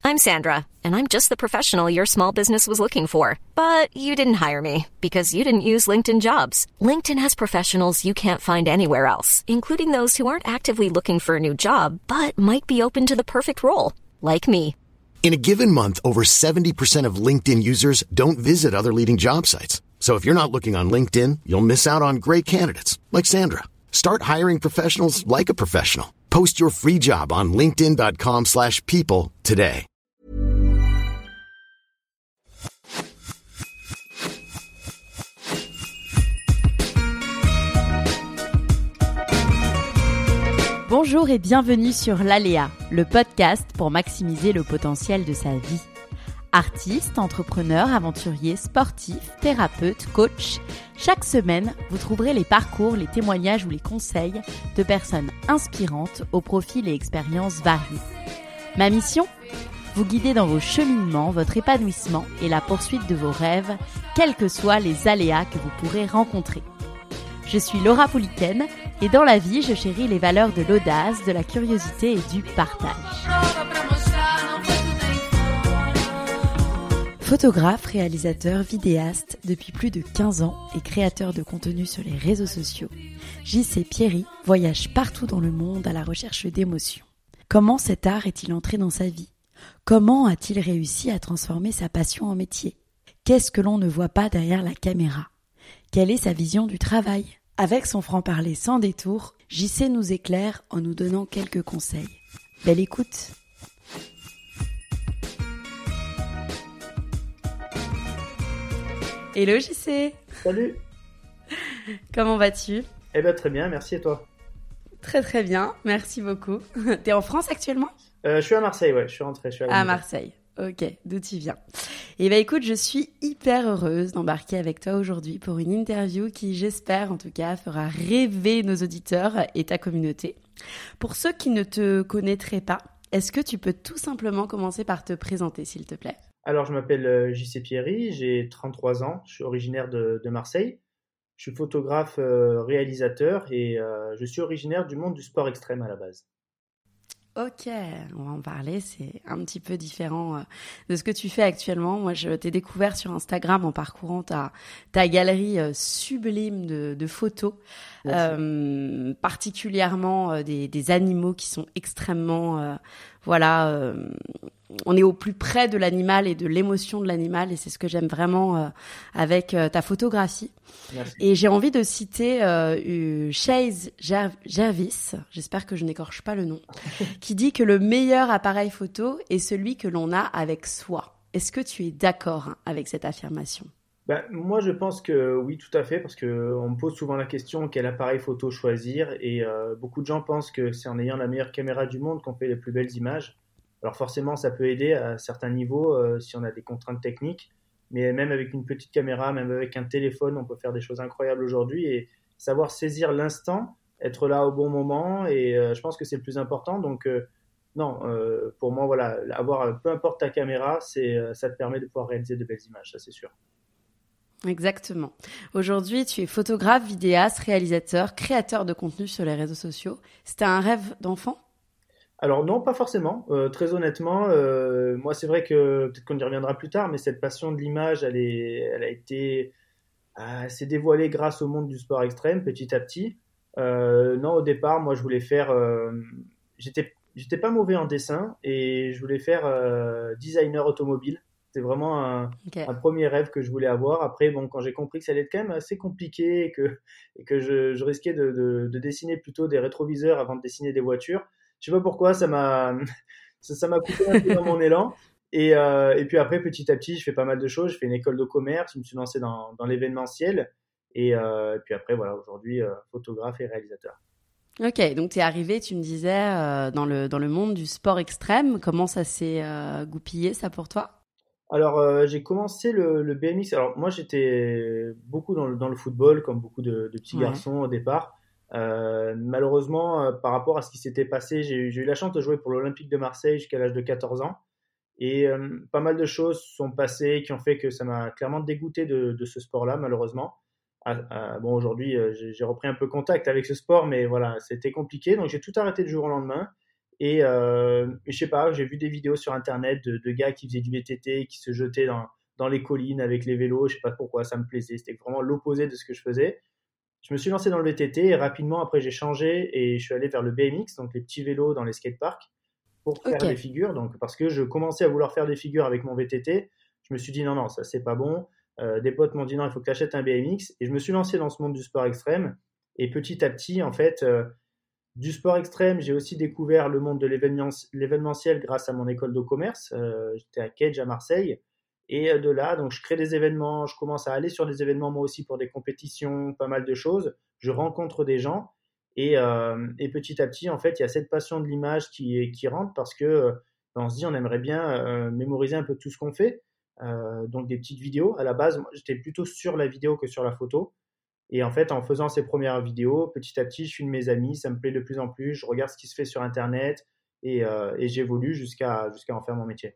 I'm Sandra, and I'm just the professional your small business was looking for. But you didn't hire me because you didn't use LinkedIn Jobs. LinkedIn has professionals you can't find anywhere else, including those who aren't actively looking for a new job, but might be open to the perfect role, like me. In a given month, over 70% of LinkedIn users don't visit other leading job sites. So if you're not looking on LinkedIn, you'll miss out on great candidates like Sandra. Start hiring professionals like a professional. Post your free job on linkedin.com/people today. Bonjour et bienvenue sur l'Aléa, le podcast pour maximiser le potentiel de sa vie. Artiste, entrepreneur, aventurier, sportif, thérapeute, coach, chaque semaine, vous trouverez les parcours, les témoignages ou les conseils de personnes inspirantes aux profils et expériences variés. Ma mission ? Vous guider dans vos cheminements, votre épanouissement et la poursuite de vos rêves, quels que soient les aléas que vous pourrez rencontrer. Je suis Laura Pouliken et dans la vie, je chéris les valeurs de l'audace, de la curiosité et du partage. Photographe, réalisateur, vidéaste depuis plus de 15 ans et créateur de contenu sur les réseaux sociaux, J.C. Pierry voyage partout dans le monde à la recherche d'émotions. Comment cet art est-il entré dans sa vie ? Comment a-t-il réussi à transformer sa passion en métier ? Qu'est-ce que l'on ne voit pas derrière la caméra ? Quelle est sa vision du travail ? Avec son franc-parler sans détour, J.C. nous éclaire en nous donnant quelques conseils. Belle écoute ! Hello JC. Salut. Comment vas-tu ? Eh ben très bien, merci et toi ? Très très bien, merci beaucoup. T'es en France actuellement ? Je suis à Marseille, ouais, je suis rentré. À Marseille, ok, d'où tu viens ? Eh ben écoute, je suis hyper heureuse d'embarquer avec toi aujourd'hui pour une interview qui, j'espère en tout cas, fera rêver nos auditeurs et ta communauté. Pour ceux qui ne te connaîtraient pas, est-ce que tu peux tout simplement commencer par te présenter, s'il te plaît ? Alors, je m'appelle J.C. Pierry, j'ai 33 ans, je suis originaire de Marseille. Je suis photographe, réalisateur et je suis originaire du monde du sport extrême à la base. Ok, on va en parler, c'est un petit peu différent de ce que tu fais actuellement. Moi, je t'ai découvert sur Instagram en parcourant ta galerie sublime de photos, particulièrement des animaux qui sont extrêmement... on est au plus près de l'animal et de l'émotion de l'animal et c'est ce que j'aime vraiment avec ta photographie. Merci. Et j'ai envie de citer Chase Jarvis, j'espère que je n'écorche pas le nom, qui dit que le meilleur appareil photo est celui que l'on a avec soi. Est-ce que tu es d'accord avec cette affirmation ? Moi, je pense que oui, tout à fait, parce qu'on me pose souvent la question quel appareil photo choisir et beaucoup de gens pensent que c'est en ayant la meilleure caméra du monde qu'on fait les plus belles images. Alors forcément, ça peut aider à certains niveaux si on a des contraintes techniques, mais même avec une petite caméra, même avec un téléphone, on peut faire des choses incroyables aujourd'hui et savoir saisir l'instant, être là au bon moment et je pense que c'est le plus important. Donc pour moi, voilà, peu importe ta caméra, ça te permet de pouvoir réaliser de belles images, ça c'est sûr. Exactement. Aujourd'hui, tu es photographe, vidéaste, réalisateur, créateur de contenu sur les réseaux sociaux. C'était un rêve d'enfant ? Alors non, pas forcément. Très honnêtement, moi c'est vrai que peut-être qu'on y reviendra plus tard, mais cette passion de l'image, elle s'est dévoilée grâce au monde du sport extrême petit à petit. Non, au départ, moi je voulais faire, j'étais pas mauvais en dessin et je voulais faire designer automobile. C'était vraiment un premier rêve que je voulais avoir. Après, bon, quand j'ai compris que ça allait être quand même assez compliqué et que je risquais de dessiner plutôt des rétroviseurs avant de dessiner des voitures. Je sais pas pourquoi, ça m'a coupé un peu dans mon élan. Et puis après, petit à petit, je fais pas mal de choses. Je fais une école de commerce, je me suis lancé dans l'événementiel. Et puis après, voilà, aujourd'hui, photographe et réalisateur. Ok, donc tu es arrivé, tu me disais, dans le monde du sport extrême. Comment ça s'est goupillé, ça, pour toi ? Alors, j'ai commencé le BMX. Alors, moi, j'étais beaucoup dans le football, comme beaucoup de petits garçons au départ. Malheureusement, par rapport à ce qui s'était passé, j'ai eu la chance de jouer pour l'Olympique de Marseille jusqu'à l'âge de 14 ans. Et pas mal de choses sont passées qui ont fait que ça m'a clairement dégoûté de ce sport-là, malheureusement. Bon, aujourd'hui, j'ai repris un peu contact avec ce sport, mais voilà, c'était compliqué. Donc, j'ai tout arrêté du jour au lendemain. Et je sais pas, j'ai vu des vidéos sur Internet de gars qui faisaient du VTT, qui se jetaient dans les collines avec les vélos. Je sais pas pourquoi, ça me plaisait. C'était vraiment l'opposé de ce que je faisais. Je me suis lancé dans le VTT et rapidement après j'ai changé et je suis allé vers le BMX, donc les petits vélos dans les skateparks pour faire des Ok. figures. Donc parce que je commençais à vouloir faire des figures avec mon VTT, je me suis dit non non ça c'est pas bon. Des potes m'ont dit non il faut que tu achètes un BMX et je me suis lancé dans ce monde du sport extrême et petit à petit en fait du sport extrême j'ai aussi découvert le monde de l'événementiel grâce à mon école de commerce. J'étais à Cage à Marseille. Et de là, donc je crée des événements, je commence à aller sur des événements moi aussi pour des compétitions, pas mal de choses. Je rencontre des gens et petit à petit, en fait, il y a cette passion de l'image qui rentre parce que on se dit on aimerait bien mémoriser un peu tout ce qu'on fait. Donc des petites vidéos. À la base, moi, j'étais plutôt sur la vidéo que sur la photo. Et en fait, en faisant ces premières vidéos, petit à petit, je filme mes amis, ça me plaît de plus en plus. Je regarde ce qui se fait sur Internet et j'évolue jusqu'à en faire mon métier.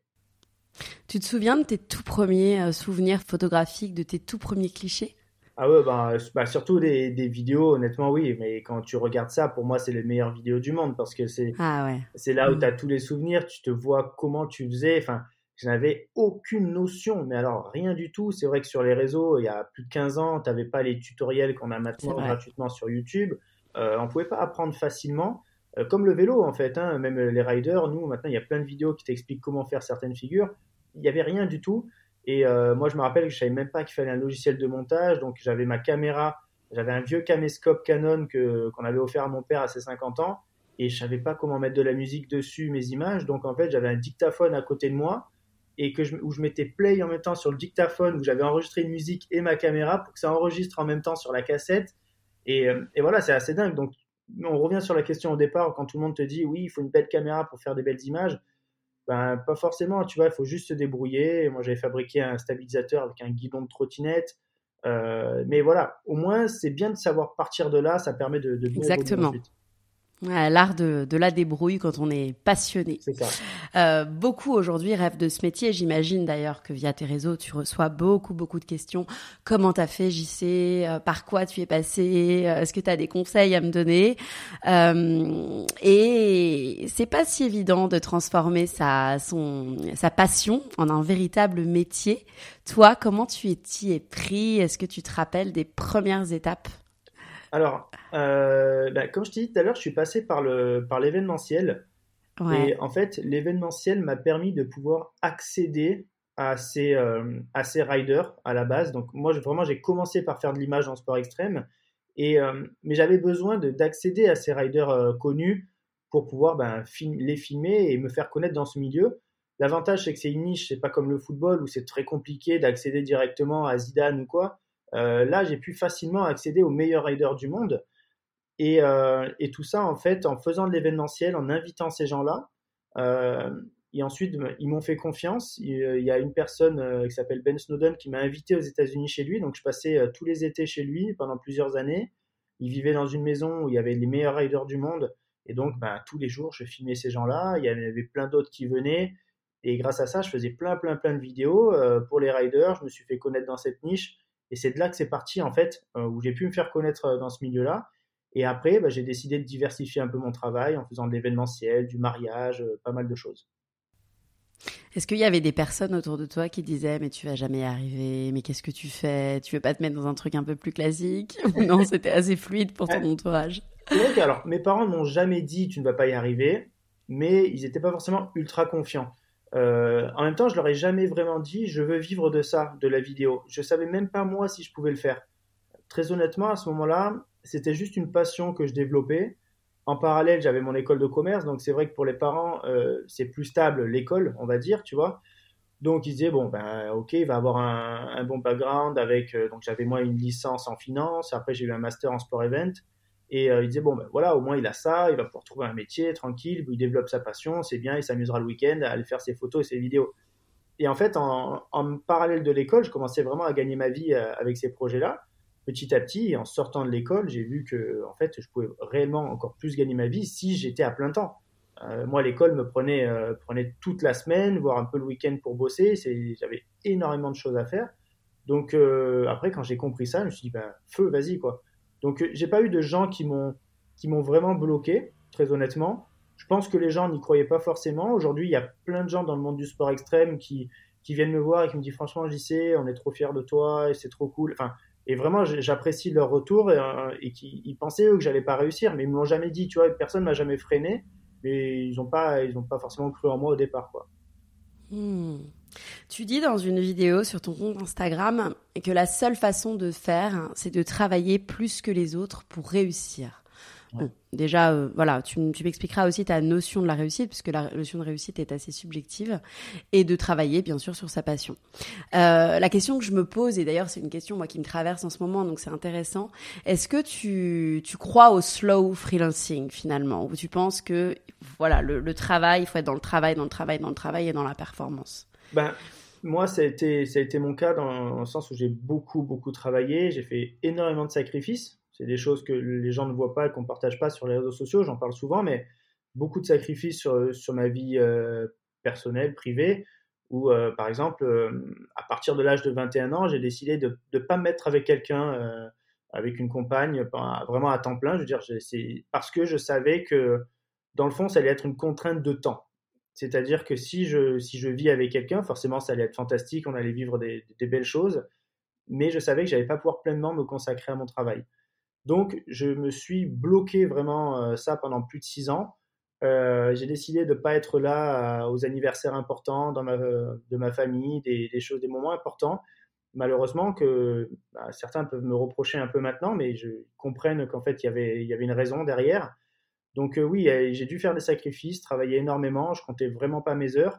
Tu te souviens de tes tout premiers souvenirs photographiques, de tes tout premiers clichés? Ah ouais, bah, surtout des vidéos, honnêtement, oui, mais quand tu regardes ça, pour moi, c'est les meilleures vidéos du monde parce que Ah ouais. c'est là où tu Mm. as tous les souvenirs, tu te vois comment tu faisais. Enfin, je n'avais aucune notion, mais alors rien du tout. C'est vrai que sur les réseaux, il y a plus de 15 ans, tu n'avais pas les tutoriels qu'on a C'est maintenant vrai. gratuitement sur YouTube. On pouvait pas apprendre facilement, comme le vélo en fait, hein, même les riders, nous, maintenant, il y a plein de vidéos qui t'expliquent comment faire certaines figures. Il n'y avait rien du tout. Et moi, je me rappelle que je savais même pas qu'il fallait un logiciel de montage. Donc, j'avais ma caméra, j'avais un vieux caméscope Canon qu'on avait offert à mon père à ses 50 ans. Et je savais pas comment mettre de la musique dessus, mes images. Donc, en fait, j'avais un dictaphone à côté de moi et où je mettais play en même temps sur le dictaphone où j'avais enregistré une musique et ma caméra pour que ça enregistre en même temps sur la cassette. Et voilà, c'est assez dingue. Donc, on revient sur la question au départ quand tout le monde te dit oui, il faut une belle caméra pour faire des belles images. Ben, pas forcément, tu vois, il faut juste se débrouiller. Moi, j'avais fabriqué un stabilisateur avec un guidon de trottinette. Mais voilà, au moins, c'est bien de savoir partir de là, ça permet de bien évoluer Exactement. ensuite. Ouais, l'art de la débrouille quand on est passionné. C'est ça. Beaucoup aujourd'hui rêvent de ce métier. J'imagine d'ailleurs que via tes réseaux, tu reçois beaucoup de questions. Comment t'as fait, JC? Par quoi tu es passé? Est-ce que tu as des conseils à me donner? Et c'est pas si évident de transformer sa passion en un véritable métier. Toi, comment t'y es pris? Est-ce que tu te rappelles des premières étapes? Alors, ben, comme je t'ai dit tout à l'heure, je suis passé par l'événementiel. Ouais, Et en fait, l'événementiel m'a permis de pouvoir accéder à ces riders à la base. Donc moi, vraiment, j'ai commencé par faire de l'image en sport extrême, mais j'avais besoin d'accéder à ces riders connus pour pouvoir ben, les filmer et me faire connaître dans ce milieu. L'avantage, c'est que c'est une niche, c'est pas comme le football où c'est très compliqué d'accéder directement à Zidane ou quoi. Là, j'ai pu facilement accéder aux meilleurs riders du monde. Et tout ça, en fait, en faisant de l'événementiel, en invitant ces gens-là. Euh, et ensuite, ils m'ont fait confiance. Il y a une personne qui s'appelle Ben Snowden qui m'a invité aux États-Unis chez lui. Donc, je passais tous les étés chez lui pendant plusieurs années. Il vivait dans une maison où il y avait les meilleurs riders du monde. Et donc, ben, tous les jours, je filmais ces gens-là. Il y avait plein d'autres qui venaient. Et grâce à ça, je faisais plein de vidéos pour les riders. Je me suis fait connaître dans cette niche. Et c'est de là que c'est parti, en fait, où j'ai pu me faire connaître dans ce milieu-là. Et après, bah, j'ai décidé de diversifier un peu mon travail en faisant de l'événementiel, du mariage, pas mal de choses. est-ce qu'il y avait des personnes autour de toi qui disaient mais tu vas jamais y arriver, mais qu'est-ce que tu fais? Tu veux pas te mettre dans un truc un peu plus classique? Ou non, c'était assez fluide pour ton entourage? C'est vrai que, alors, mes parents ne m'ont jamais dit tu ne vas pas y arriver, mais ils n'étaient pas forcément ultra confiants. En même temps, je leur ai jamais vraiment dit je veux vivre de ça, de la vidéo. Je savais même pas moi si je pouvais le faire. Très honnêtement, à ce moment-là, c'était juste une passion que je développais. En parallèle, j'avais mon école de commerce, donc c'est vrai que pour les parents, c'est plus stable l'école, on va dire, tu vois. Donc ils disaient bon ben ok, il va avoir un bon background avec donc j'avais moi une licence en finance, après j'ai eu un master en sport event et ils disaient bon ben voilà au moins il a ça, il va pouvoir trouver un métier tranquille, où il développe sa passion, c'est bien, il s'amusera le week-end à aller faire ses photos et ses vidéos. Et en fait en parallèle de l'école, je commençais vraiment à gagner ma vie avec ces projets-là. Petit à petit, et en sortant de l'école, j'ai vu que en fait je pouvais réellement encore plus gagner ma vie si j'étais à plein temps. Moi, l'école me prenait toute la semaine, voire un peu le week-end pour bosser. J'avais énormément de choses à faire. Donc après, quand j'ai compris ça, je me suis dit, ben, feu, vas-y, quoi. Donc j'ai pas eu de gens qui m'ont vraiment bloqué, très honnêtement. Je pense que les gens n'y croyaient pas forcément. Aujourd'hui, il y a plein de gens dans le monde du sport extrême qui viennent me voir et qui me disent franchement, JC, on est trop fiers de toi et c'est trop cool. Enfin, et vraiment, j'apprécie leur retour et ils pensaient eux que j'allais pas réussir, mais ils me l'ont jamais dit. Tu vois, personne m'a jamais freiné, mais ils ont pas forcément cru en moi au départ, quoi. Tu dis dans une vidéo sur ton compte Instagram que la seule façon de faire, c'est de travailler plus que les autres pour réussir. Ouais. Bon, déjà, voilà, tu m'expliqueras aussi ta notion de la réussite, puisque la notion de réussite est assez subjective, et de travailler, bien sûr, sur sa passion. La question que je me pose, et d'ailleurs, c'est une question, moi, qui me traverse en ce moment, donc c'est intéressant. Est-ce que tu crois au slow freelancing, finalement, ou tu penses que, voilà, le travail, il faut être dans le travail et dans la performance? Ben, moi, ça a été mon cas dans le sens où j'ai beaucoup travaillé. J'ai fait énormément de sacrifices. C'est des choses que les gens ne voient pas et qu'on ne partage pas sur les réseaux sociaux. J'en parle souvent, mais beaucoup de sacrifices sur ma vie personnelle, privée, où, par exemple, à partir de l'âge de 21 ans, j'ai décidé de ne pas me mettre avec quelqu'un, avec une compagne, vraiment à temps plein. Je veux dire, c'est parce que je savais que, dans le fond, ça allait être une contrainte de temps. C'est-à-dire que si je vis avec quelqu'un, forcément, ça allait être fantastique, on allait vivre des belles choses, mais je savais que j'allais pas pouvoir pleinement me consacrer à mon travail. Donc, je me suis bloqué vraiment ça pendant plus de 6 ans. J'ai décidé de ne pas être là aux anniversaires importants de ma famille, des choses, des moments importants. Malheureusement, certains peuvent me reprocher un peu maintenant, mais je comprenne qu'en fait, il y avait une raison derrière. Donc oui, j'ai dû faire des sacrifices, travailler énormément, je comptais vraiment pas mes heures.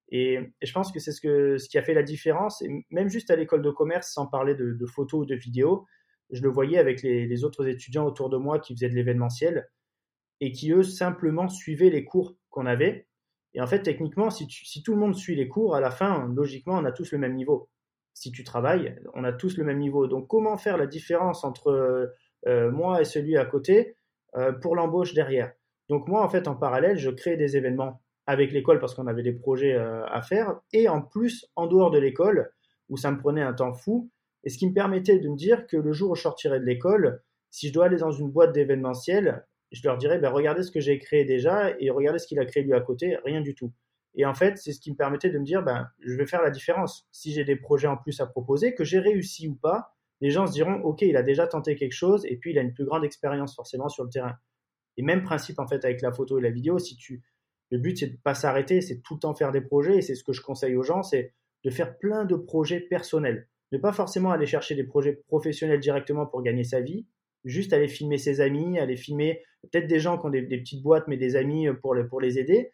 Et je pense que c'est ce qui a fait la différence. Et même juste à l'école de commerce, sans parler de photos ou de vidéos, je le voyais avec les autres étudiants autour de moi qui faisaient de l'événementiel et qui, eux, simplement suivaient les cours qu'on avait. Et en fait, techniquement, si tout le monde suit les cours, à la fin, logiquement, on a tous le même niveau. Si tu travailles, on a tous le même niveau. Donc, comment faire la différence entre moi et celui à côté pour l'embauche derrière? Donc, moi, en fait, en parallèle, je crée des événements avec l'école parce qu'on avait des projets à faire. Et en plus, en dehors de l'école, où ça me prenait un temps fou, et ce qui me permettait de me dire que le jour où je sortirais de l'école, si je dois aller dans une boîte d'événementiel, je leur dirais, ben, regardez ce que j'ai créé déjà et regardez ce qu'il a créé lui à côté, rien du tout. Et en fait, c'est ce qui me permettait de me dire, ben, je vais faire la différence. Si j'ai des projets en plus à proposer, que j'ai réussi ou pas, les gens se diront, ok, il a déjà tenté quelque chose et puis il a une plus grande expérience forcément sur le terrain. Et même principe en fait avec la photo et la vidéo, le but c'est de pas s'arrêter, c'est tout le temps faire des projets et c'est ce que je conseille aux gens, c'est de faire plein de projets personnels. Ne pas forcément aller chercher des projets professionnels directement pour gagner sa vie, juste aller filmer ses amis, aller filmer peut-être des gens qui ont des petites boîtes, mais des amis pour les aider.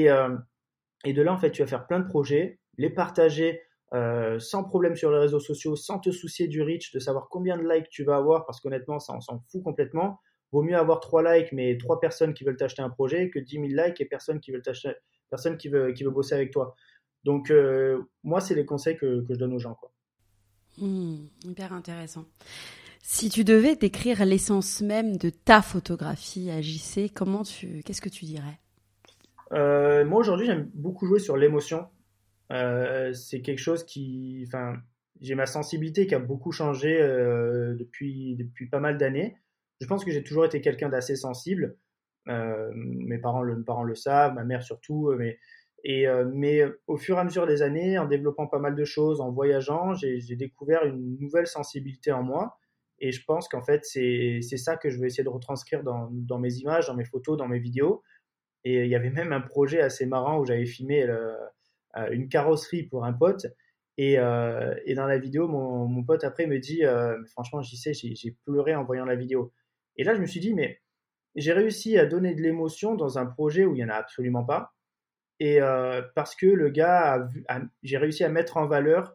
Et de là, en fait, tu vas faire plein de projets, les partager sans problème sur les réseaux sociaux, sans te soucier du reach, de savoir combien de likes tu vas avoir, parce qu'honnêtement, ça, on s'en fout complètement. Vaut mieux avoir 3 likes, mais 3 personnes qui veulent t'acheter un projet, que 10 000 likes et personne qui veut bosser avec toi. Donc, moi, c'est les conseils que je donne aux gens, quoi. Hyper intéressant. Si tu devais décrire l'essence même de ta photographie à JC, qu'est-ce que tu dirais? Moi, aujourd'hui, j'aime beaucoup jouer sur l'émotion. C'est quelque chose enfin, j'ai ma sensibilité qui a beaucoup changé depuis pas mal d'années. Je pense que j'ai toujours été quelqu'un d'assez sensible. Mes parents le savent, ma mère surtout. Mais au fur et à mesure des années, en développant pas mal de choses, en voyageant, j'ai découvert une nouvelle sensibilité en moi. Et je pense qu'en fait, c'est ça que je vais essayer de retranscrire dans mes images, dans mes photos, dans mes vidéos. Et il y avait même un projet assez marrant où j'avais filmé une carrosserie pour un pote. Et dans la vidéo, mon pote après me dit franchement, j'y sais, j'ai pleuré en voyant la vidéo. Et là, je me suis dit, mais j'ai réussi à donner de l'émotion dans un projet où il n'y en a absolument pas. Et parce que le gars j'ai réussi à mettre en valeur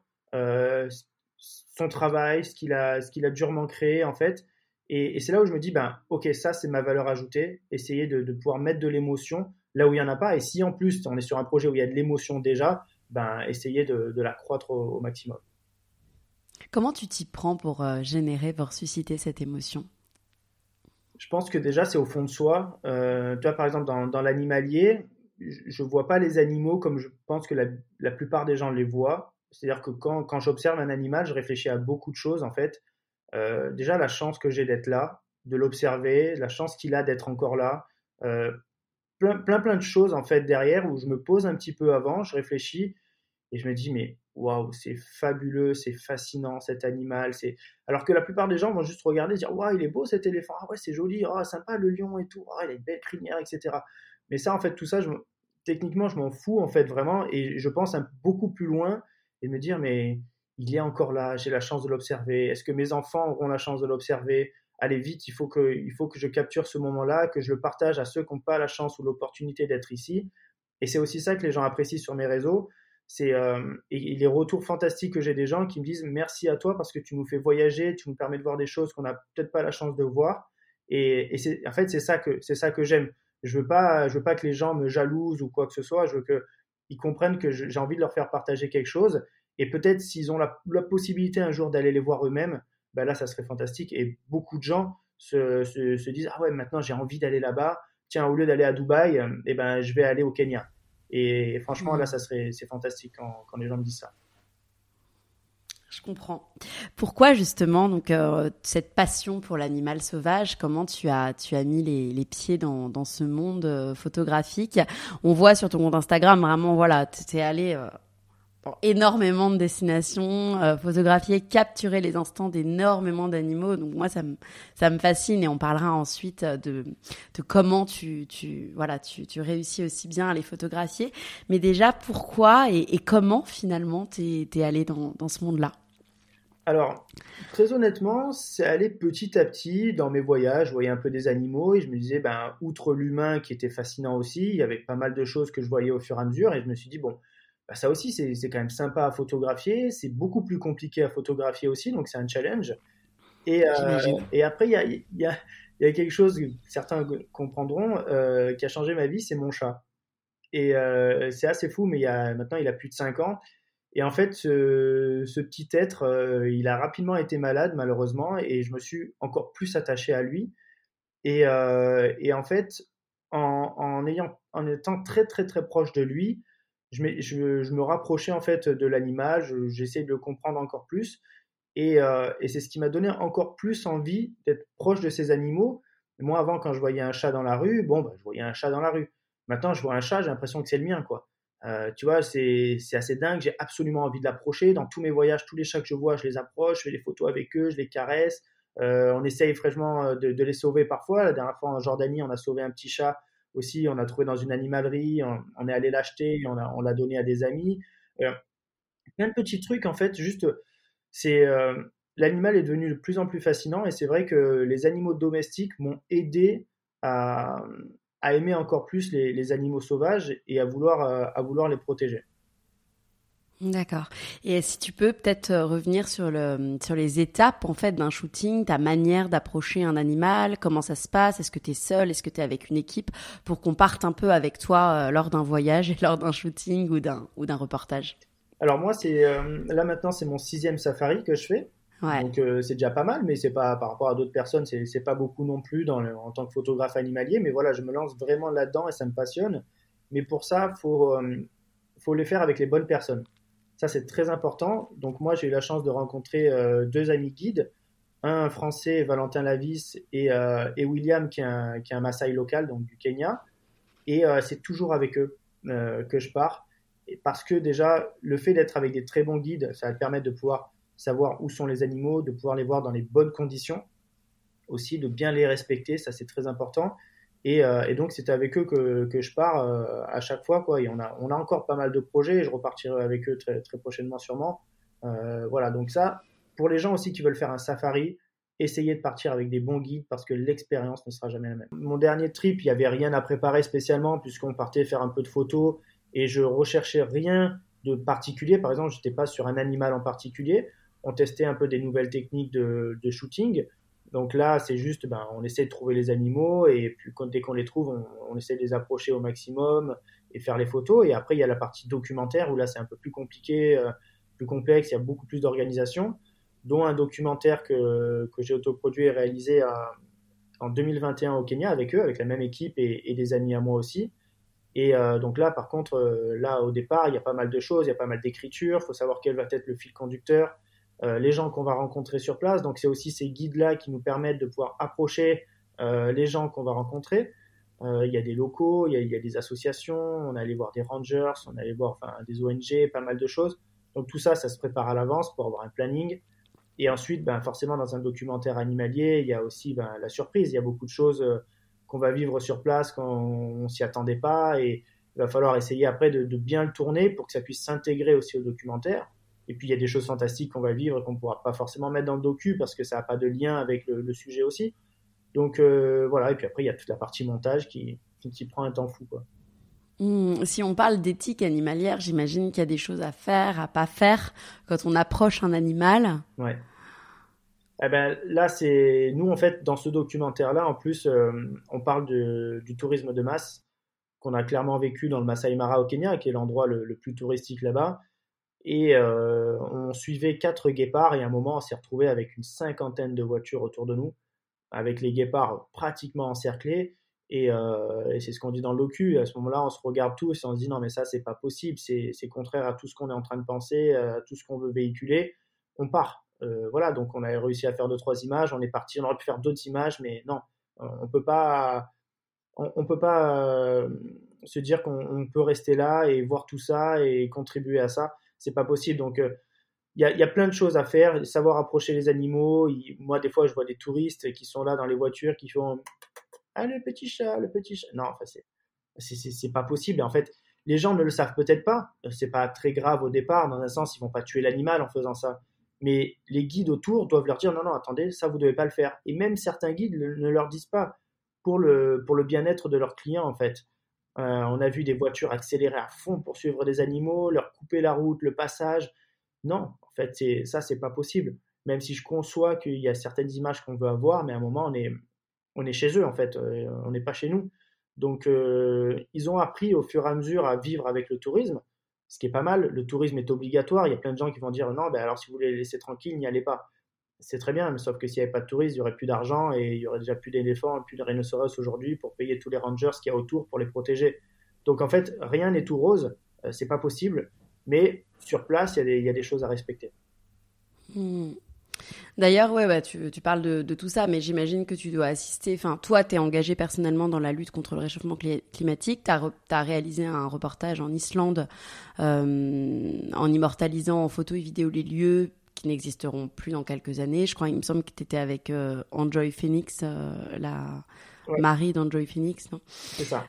son travail, ce qu'il a durement créé en fait. Et c'est là où je me dis, ben, ok, ça c'est ma valeur ajoutée, essayer de pouvoir mettre de l'émotion là où il n'y en a pas. Et si en plus on est sur un projet où il y a de l'émotion déjà, ben, essayer de l'accroître au maximum. Comment tu t'y prends pour générer, pour susciter cette émotion? Je pense que déjà c'est au fond de soi. Tu vois, par exemple, dans l'animalier, je ne vois pas les animaux comme je pense que la plupart des gens les voient. C'est-à-dire que quand j'observe un animal, je réfléchis à beaucoup de choses en fait. Déjà la chance que j'ai d'être là, de l'observer, la chance qu'il a d'être encore là. plein de choses en fait derrière où je me pose un petit peu avant, je réfléchis et je me dis mais waouh, c'est fabuleux, c'est fascinant cet animal. Alors que la plupart des gens vont juste regarder et dire waouh, il est beau cet éléphant, ah ouais, c'est joli, ah sympa le lion et tout, ah il a une belle crinière, etc. Mais ça en fait, tout ça, techniquement, je m'en fous en fait vraiment et je pense beaucoup plus loin et me dire mais il est encore là, j'ai la chance de l'observer. Est-ce que mes enfants auront la chance de l'observer? Allez vite, il faut que je capture ce moment-là, que je le partage à ceux qui n'ont pas la chance ou l'opportunité d'être ici. Et c'est aussi ça que les gens apprécient sur mes réseaux. Et les retours fantastiques que j'ai des gens qui me disent merci à toi parce que tu nous fais voyager, tu nous permets de voir des choses qu'on n'a peut-être pas la chance de voir. Et en fait, c'est ça que j'aime. Je veux pas que les gens me jalousent ou quoi que ce soit. Je veux qu'ils comprennent que j'ai envie de leur faire partager quelque chose. Et peut-être s'ils ont la possibilité un jour d'aller les voir eux-mêmes, ben là, ça serait fantastique. Et beaucoup de gens se disent ah ouais, maintenant j'ai envie d'aller là-bas. Tiens, au lieu d'aller à Dubaï, eh ben, je vais aller au Kenya. Et franchement, là, c'est fantastique quand les gens me disent ça. Je comprends. Pourquoi justement donc cette passion pour l'animal sauvage? Comment tu as mis les pieds dans ce monde photographique? On voit sur ton compte Instagram vraiment voilà, tu es allé dans énormément de destinations, photographier, capturer les instants d'énormément d'animaux. Donc moi ça me fascine et on parlera ensuite de comment tu réussis aussi bien à les photographier. Mais déjà pourquoi et comment finalement t'es allé dans ce monde-là? Alors, très honnêtement, c'est allé petit à petit dans mes voyages. Je voyais un peu des animaux et je me disais, ben, outre l'humain qui était fascinant aussi, il y avait pas mal de choses que je voyais au fur et à mesure. Et je me suis dit, bon, ben, ça aussi, c'est quand même sympa à photographier. C'est beaucoup plus compliqué à photographier aussi, donc c'est un challenge. Et après, il y a quelque chose que certains comprendront qui a changé ma vie, c'est mon chat. Et c'est assez fou, mais maintenant, il a plus de 5 ans. Et en fait, ce petit être, il a rapidement été malade, malheureusement, et je me suis encore plus attaché à lui. Et en fait, en étant très, très, très proche de lui, je me rapprochais en fait de l'animal, j'essayais de le comprendre encore plus. Et c'est ce qui m'a donné encore plus envie d'être proche de ces animaux. Moi, avant, quand je voyais un chat dans la rue, bon, bah, je voyais un chat dans la rue. Maintenant, je vois un chat, j'ai l'impression que c'est le mien, quoi. Tu vois, c'est assez dingue. J'ai absolument envie de l'approcher. Dans tous mes voyages, tous les chats que je vois, je les approche, je fais des photos avec eux, je les caresse. On essaye fraîchement de les sauver parfois. La dernière fois en Jordanie, on a sauvé un petit chat aussi. On a trouvé dans une animalerie. On est allé l'acheter. On l'a donné à des amis. Euh, Plein de petits trucs, en fait. Juste, c'est l'animal est devenu de plus en plus fascinant. Et c'est vrai que les animaux domestiques m'ont aidé à, à aimer encore plus les animaux sauvages et à vouloir les protéger. D'accord. Et si tu peux peut-être revenir sur les étapes en fait d'un shooting, ta manière d'approcher un animal, comment ça se passe, est-ce que tu es seul, est-ce que tu es avec une équipe, pour qu'on parte un peu avec toi lors d'un voyage et lors d'un shooting ou d'un reportage. Alors moi, là maintenant, c'est mon 6e safari que je fais. Ouais. Donc c'est déjà pas mal, mais c'est pas par rapport à d'autres personnes, c'est pas beaucoup non plus en tant que photographe animalier. Mais voilà, je me lance vraiment là-dedans et ça me passionne. Mais pour ça, faut les faire avec les bonnes personnes. Ça, c'est très important. Donc moi, j'ai eu la chance de rencontrer 2 amis guides, un français, Valentin Lavis, et William, qui est un Maasai local, donc du Kenya. Et c'est toujours avec eux que je pars. Et parce que déjà, le fait d'être avec des très bons guides, ça va te permettre de pouvoir savoir où sont les animaux, de pouvoir les voir dans les bonnes conditions, aussi de bien les respecter, ça c'est très important. Et donc c'est avec eux que je pars à chaque fois, quoi. Et on a encore pas mal de projets, et je repartirai avec eux très, très prochainement sûrement. Voilà, donc ça, pour les gens aussi qui veulent faire un safari, essayez de partir avec des bons guides parce que l'expérience ne sera jamais la même. Mon dernier trip, il n'y avait rien à préparer spécialement puisqu'on partait faire un peu de photos et je recherchais rien de particulier. Par exemple, je n'étais pas sur un animal en particulier. On testait un peu des nouvelles techniques de shooting. Donc là, c'est juste, on essaie de trouver les animaux et puis dès qu'on les trouve, on essaie de les approcher au maximum et faire les photos. Et après, il y a la partie documentaire où là, c'est un peu plus compliqué, plus complexe, il y a beaucoup plus d'organisation, dont un documentaire que j'ai autoproduit et réalisé en 2021 au Kenya avec eux, avec la même équipe et des amis à moi aussi. Et donc là, par contre, là, au départ, il y a pas mal de choses, il y a pas mal d'écriture, il faut savoir quel va être le fil conducteur, les gens qu'on va rencontrer sur place. Donc c'est aussi ces guides-là qui nous permettent de pouvoir approcher les gens qu'on va rencontrer. Il y a des locaux, il y a des associations, on est allé voir des rangers, on est allé voir des ONG, pas mal de choses. Donc tout ça, ça se prépare à l'avance pour avoir un planning. Et ensuite, forcément, dans un documentaire animalier, il y a aussi la surprise. Il y a beaucoup de choses qu'on va vivre sur place quand on s'y attendait pas. Et il va falloir essayer après de bien le tourner pour que ça puisse s'intégrer aussi au documentaire. Et puis, il y a des choses fantastiques qu'on va vivre et qu'on ne pourra pas forcément mettre dans le docu parce que ça n'a pas de lien avec le sujet aussi. Donc, voilà. Et puis après, il y a toute la partie montage qui prend un temps fou, quoi. Si on parle d'éthique animalière, j'imagine qu'il y a des choses à faire, à pas faire quand on approche un animal. Ouais. Eh ben, là, nous, en fait, dans ce documentaire-là, en plus, on parle du tourisme de masse qu'on a clairement vécu dans le Masai Mara au Kenya, qui est l'endroit le plus touristique là-bas. Et on suivait 4 guépards et à un moment, on s'est retrouvé avec une 50aine de voitures autour de nous, avec les guépards pratiquement encerclés. Et c'est ce qu'on dit dans le docu. À ce moment-là, on se regarde tous et on se dit non, mais ça, c'est pas possible. C'est contraire à tout ce qu'on est en train de penser, à tout ce qu'on veut véhiculer. On part. Voilà, donc on a réussi à faire 2-3 images. On est parti. On aurait pu faire d'autres images, mais non, on peut pas. On peut pas se dire qu'on peut rester là et voir tout ça et contribuer à ça. C'est pas possible. Donc il y a plein de choses à faire, savoir approcher les animaux. Moi, des fois, je vois des touristes qui sont là dans les voitures qui font ah, le petit chat, le petit chat. Non, enfin, c'est pas possible. En fait, les gens ne le savent peut-être pas. C'est pas très grave au départ. Dans un sens, ils vont pas tuer l'animal en faisant ça. Mais les guides autour doivent leur dire non, non, attendez, ça, vous devez pas le faire. Et même certains guides ne leur disent pas pour le bien-être de leurs clients, en fait. On a vu des voitures accélérer à fond pour suivre des animaux, leur couper la route, le passage. Non, en fait, ça, c'est pas possible. Même si je conçois qu'il y a certaines images qu'on veut avoir, mais à un moment, on est chez eux, en fait. On n'est pas chez nous. Donc, ils ont appris au fur et à mesure à vivre avec le tourisme, ce qui est pas mal. Le tourisme est obligatoire. Il y a plein de gens qui vont dire non, alors si vous voulez les laisser tranquilles, n'y allez pas. C'est très bien, mais sauf que s'il n'y avait pas de touristes, il n'y aurait plus d'argent et il n'y aurait déjà plus d'éléphants, plus de rhinocéros aujourd'hui pour payer tous les rangers qu'il y a autour pour les protéger. Donc en fait, rien n'est tout rose, c'est pas possible, mais sur place, il y a des choses à respecter. D'ailleurs, ouais, tu parles de tout ça, mais j'imagine que tu dois assister. Enfin, toi, tu es engagé personnellement dans la lutte contre le réchauffement climatique. Tu as réalisé un reportage en Islande en immortalisant en photo et vidéo les lieux qui n'existeront plus dans quelques années. Je crois, il me semble que tu étais avec Enjoy Phoenix, la Marie d'Enjoy Phoenix, non ? C'est ça.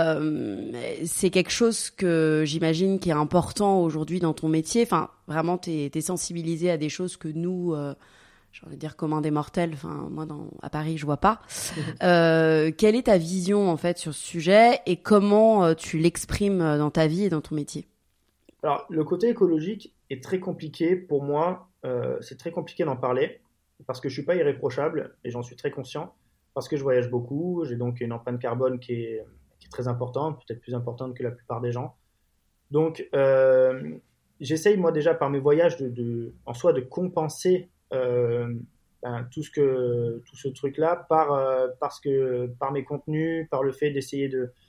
C'est quelque chose que j'imagine qui est important aujourd'hui dans ton métier. Enfin, vraiment, t'es sensibilisé à des choses que nous, j'ai envie de dire communs des mortels. Enfin, moi, à Paris, je vois pas. Quelle est ta vision en fait sur ce sujet et comment tu l'exprimes dans ta vie et dans ton métier ? Alors, le côté écologique est très compliqué pour moi. C'est très compliqué d'en parler parce que je suis pas irréprochable et j'en suis très conscient. Parce que je voyage beaucoup, j'ai donc une empreinte carbone qui est très importante, peut-être plus importante que la plupart des gens. Donc, j'essaye moi déjà par mes voyages en soi de compenser tout ce truc-là par mes contenus, par le fait d'essayer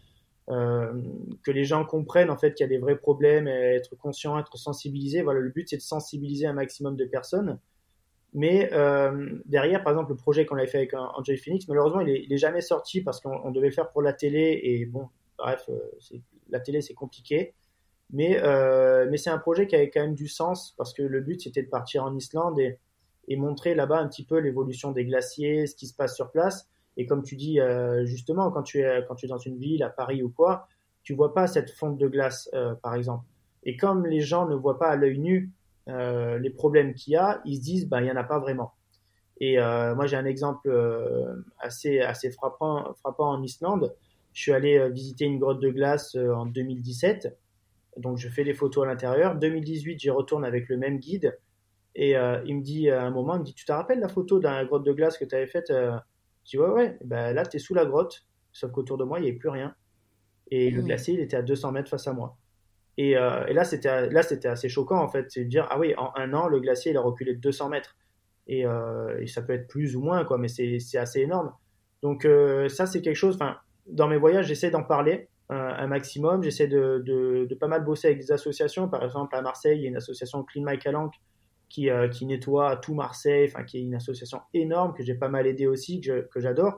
que les gens comprennent en fait qu'il y a des vrais problèmes, et être conscient, être sensibilisé. Voilà, le but c'est de sensibiliser un maximum de personnes. Mais derrière, par exemple, le projet qu'on avait fait avec Enjoy Phoenix, malheureusement, il est jamais sorti parce qu'on devait le faire pour la télé. Et bon, bref, la télé, c'est compliqué. Mais c'est un projet qui avait quand même du sens parce que le but, c'était de partir en Islande et montrer là-bas un petit peu l'évolution des glaciers, ce qui se passe sur place. Et comme tu dis, justement, quand tu es dans une ville, à Paris ou quoi, tu vois pas cette fonte de glace, par exemple. Et comme les gens ne voient pas à l'œil nu les problèmes qu'il y a, ils se disent il y en a pas vraiment. Et moi j'ai un exemple assez frappant en Islande. Je suis allé visiter une grotte de glace en 2017, donc je fais des photos à l'intérieur. 2018 j'y retourne avec le même guide et il me dit à un moment, il me dit tu te rappelles la photo de la grotte de glace que tu avais faite? Je dis ouais, là t'es sous la grotte, sauf qu'autour de moi il n'y avait plus rien et le glacier il était à 200 mètres face à moi. Et là, c'était assez choquant, en fait. C'est de dire, ah oui, en un an, le glacier, il a reculé de 200 mètres. Et ça peut être plus ou moins, quoi, mais c'est assez énorme. Donc, ça, c'est quelque chose, dans mes voyages, j'essaie d'en parler un maximum. J'essaie de pas mal bosser avec des associations. Par exemple, à Marseille, il y a une association Clean My Calanque qui nettoie tout Marseille, qui est une association énorme que j'ai pas mal aidé aussi, que j'adore.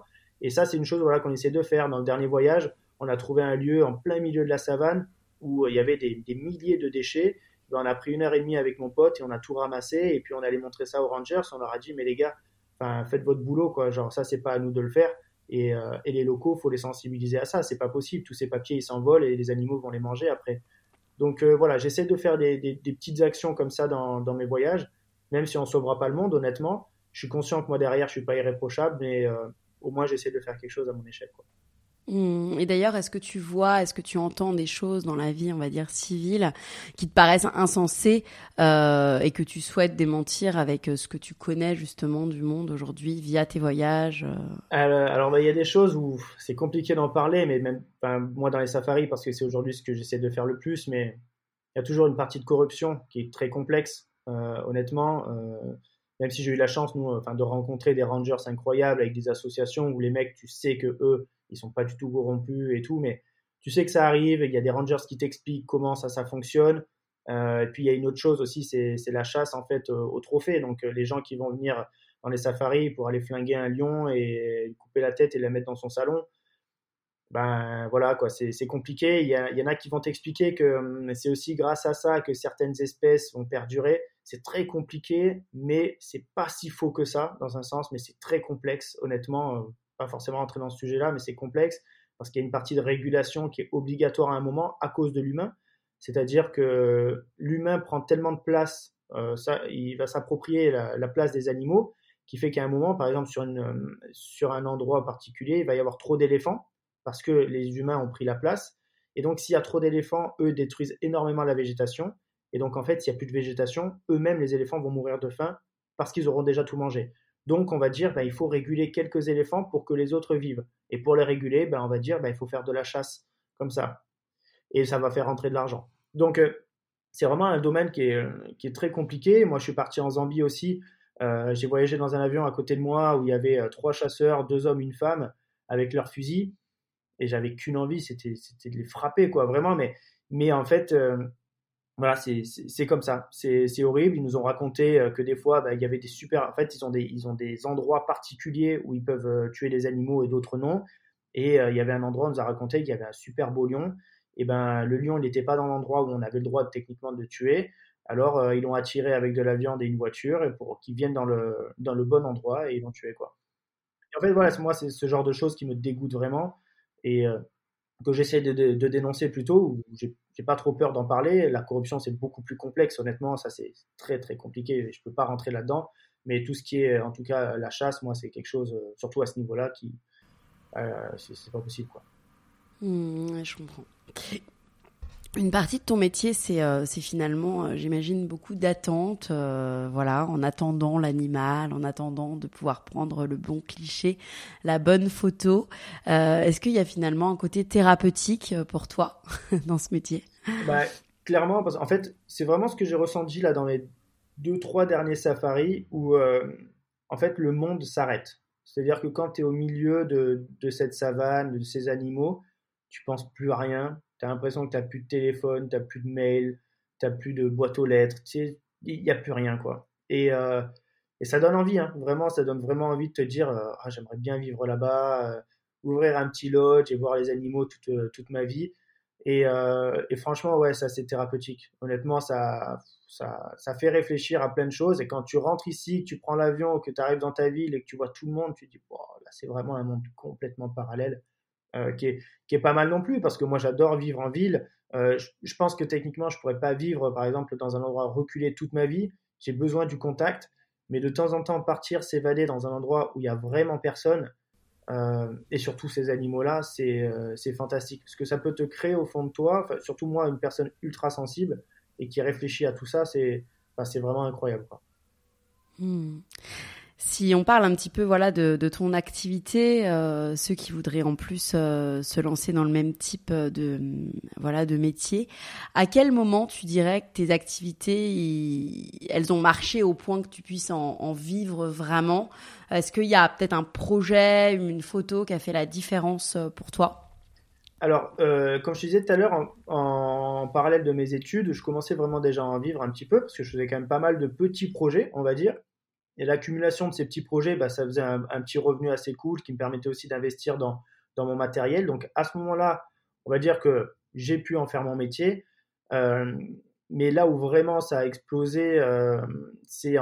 Et ça, c'est une chose qu'on essaie de faire. Dans le dernier voyage, on a trouvé un lieu en plein milieu de la savane où il y avait des milliers de déchets. Ben, on a pris 1 heure et demie avec mon pote et on a tout ramassé. Et puis on allait montrer ça aux rangers. On leur a dit, mais les gars, faites votre boulot, quoi. Genre, ça, c'est pas à nous de le faire. Et les locaux, faut les sensibiliser à ça. C'est pas possible. Tous ces papiers, ils s'envolent et les animaux vont les manger après. Donc voilà, j'essaie de faire des petites actions comme ça dans mes voyages, même si on sauvera pas le monde, honnêtement. Je suis conscient que moi, derrière, je suis pas irréprochable, mais au moins, j'essaie de faire quelque chose à mon échelle, quoi. Et d'ailleurs, est-ce que tu entends des choses dans la vie, on va dire, civile, qui te paraissent insensées et que tu souhaites démentir avec ce que tu connais justement du monde aujourd'hui via tes voyages Alors, il y a des choses où c'est compliqué d'en parler, mais même moi dans les safaris, parce que c'est aujourd'hui ce que j'essaie de faire le plus, mais il y a toujours une partie de corruption qui est très complexe, honnêtement. Même si j'ai eu la chance, nous, de rencontrer des rangers incroyables avec des associations où les mecs, tu sais que eux, ils sont pas du tout corrompus et tout, mais tu sais que ça arrive. Il y a des rangers qui t'expliquent comment ça fonctionne. Et puis il y a une autre chose aussi, c'est la chasse en fait au trophée. Donc les gens qui vont venir dans les safaris pour aller flinguer un lion et lui couper la tête et la mettre dans son salon. Ben voilà quoi, c'est compliqué. Il y en a qui vont t'expliquer que c'est aussi grâce à ça que certaines espèces vont perdurer. C'est très compliqué, mais c'est pas si faux que ça dans un sens, mais c'est très complexe honnêtement. Pas forcément rentrer dans ce sujet-là, mais c'est complexe parce qu'il y a une partie de régulation qui est obligatoire à un moment à cause de l'humain. C'est-à-dire que l'humain prend tellement de place, il va s'approprier la place des animaux, qui fait qu'à un moment, par exemple sur un endroit particulier, il va y avoir trop d'éléphants parce que les humains ont pris la place. Et donc, s'il y a trop d'éléphants, eux détruisent énormément la végétation. Et donc, en fait, s'il n'y a plus de végétation, eux-mêmes, les éléphants vont mourir de faim parce qu'ils auront déjà tout mangé. Donc, on va dire, il faut réguler quelques éléphants pour que les autres vivent. Et pour les réguler, on va dire, il faut faire de la chasse comme ça. Et ça va faire rentrer de l'argent. Donc, c'est vraiment un domaine qui est très compliqué. Moi, je suis parti en Zambie aussi. J'ai voyagé dans un avion à côté de moi où il y avait 3 chasseurs, 2 hommes, une femme, avec leurs fusils. Et j'avais qu'une envie, c'était de les frapper, quoi, vraiment. Mais en fait, voilà, c'est comme ça. C'est horrible. Ils nous ont raconté que des fois, il y avait des super. En fait, ils ont des endroits particuliers où ils peuvent tuer les animaux et d'autres non. Et il y avait un endroit, on nous a raconté qu'il y avait un super beau lion. Et le lion, il n'était pas dans l'endroit où on avait le droit techniquement de tuer. Alors, ils l'ont attiré avec de la viande et une voiture et pour qu'ils viennent dans le bon endroit et ils l'ont tué, quoi. Et en fait, voilà, moi, c'est ce genre de choses qui me dégoûtent vraiment et que j'essaie de dénoncer plutôt, où j'ai pas trop peur d'en parler. La corruption, c'est beaucoup plus complexe, honnêtement, ça c'est très très compliqué, je peux pas rentrer là-dedans, mais tout ce qui est, en tout cas, la chasse, moi, c'est quelque chose, surtout à ce niveau-là, qui c'est pas possible, quoi. Ouais, je comprends. Une partie de ton métier, c'est finalement, j'imagine, beaucoup d'attentes, voilà, en attendant l'animal, en attendant de pouvoir prendre le bon cliché, la bonne photo. Est-ce qu'il y a finalement un côté thérapeutique pour toi dans ce métier ? Clairement, parce qu'en fait, c'est vraiment ce que j'ai ressenti là dans mes 2-3 derniers safaris où en fait le monde s'arrête. C'est-à-dire que quand tu es au milieu de cette savane, de ces animaux, tu penses plus à rien. Tu as l'impression que tu n'as plus de téléphone, tu n'as plus de mail, tu n'as plus de boîte aux lettres, tu sais, il n'y a plus rien, quoi. Et ça donne envie, hein, vraiment, ça donne vraiment envie de te dire j'aimerais bien vivre là-bas, ouvrir un petit lodge et voir les animaux toute ma vie. Et franchement, ouais, ça c'est thérapeutique. Honnêtement, ça fait réfléchir à plein de choses. Et quand tu rentres ici, que tu prends l'avion, que tu arrives dans ta ville et que tu vois tout le monde, tu te dis, là c'est vraiment un monde complètement parallèle. Qui est pas mal non plus, parce que moi j'adore vivre en ville. Je pense que techniquement je pourrais pas vivre par exemple dans un endroit reculé toute ma vie. J'ai besoin du contact, mais de temps en temps partir, s'évader dans un endroit où il y a vraiment personne, et surtout ces animaux-là, c'est fantastique. Ce que ça peut te créer au fond de toi, surtout moi, une personne ultra sensible et qui réfléchit à tout ça, c'est vraiment incroyable, quoi. Si on parle un petit peu voilà de ton activité, ceux qui voudraient en plus se lancer dans le même type de métier, à quel moment tu dirais que tes activités elles ont marché au point que tu puisses en vivre vraiment ? Est-ce qu'il y a peut-être un projet, une photo qui a fait la différence pour toi ? Alors, comme je te disais tout à l'heure, en parallèle de mes études, je commençais vraiment déjà à en vivre un petit peu parce que je faisais quand même pas mal de petits projets, on va dire. Et l'accumulation de ces petits projets, ça faisait un petit revenu assez cool qui me permettait aussi d'investir dans mon matériel. Donc à ce moment-là, on va dire que j'ai pu en faire mon métier. Mais là où vraiment ça a explosé, c'est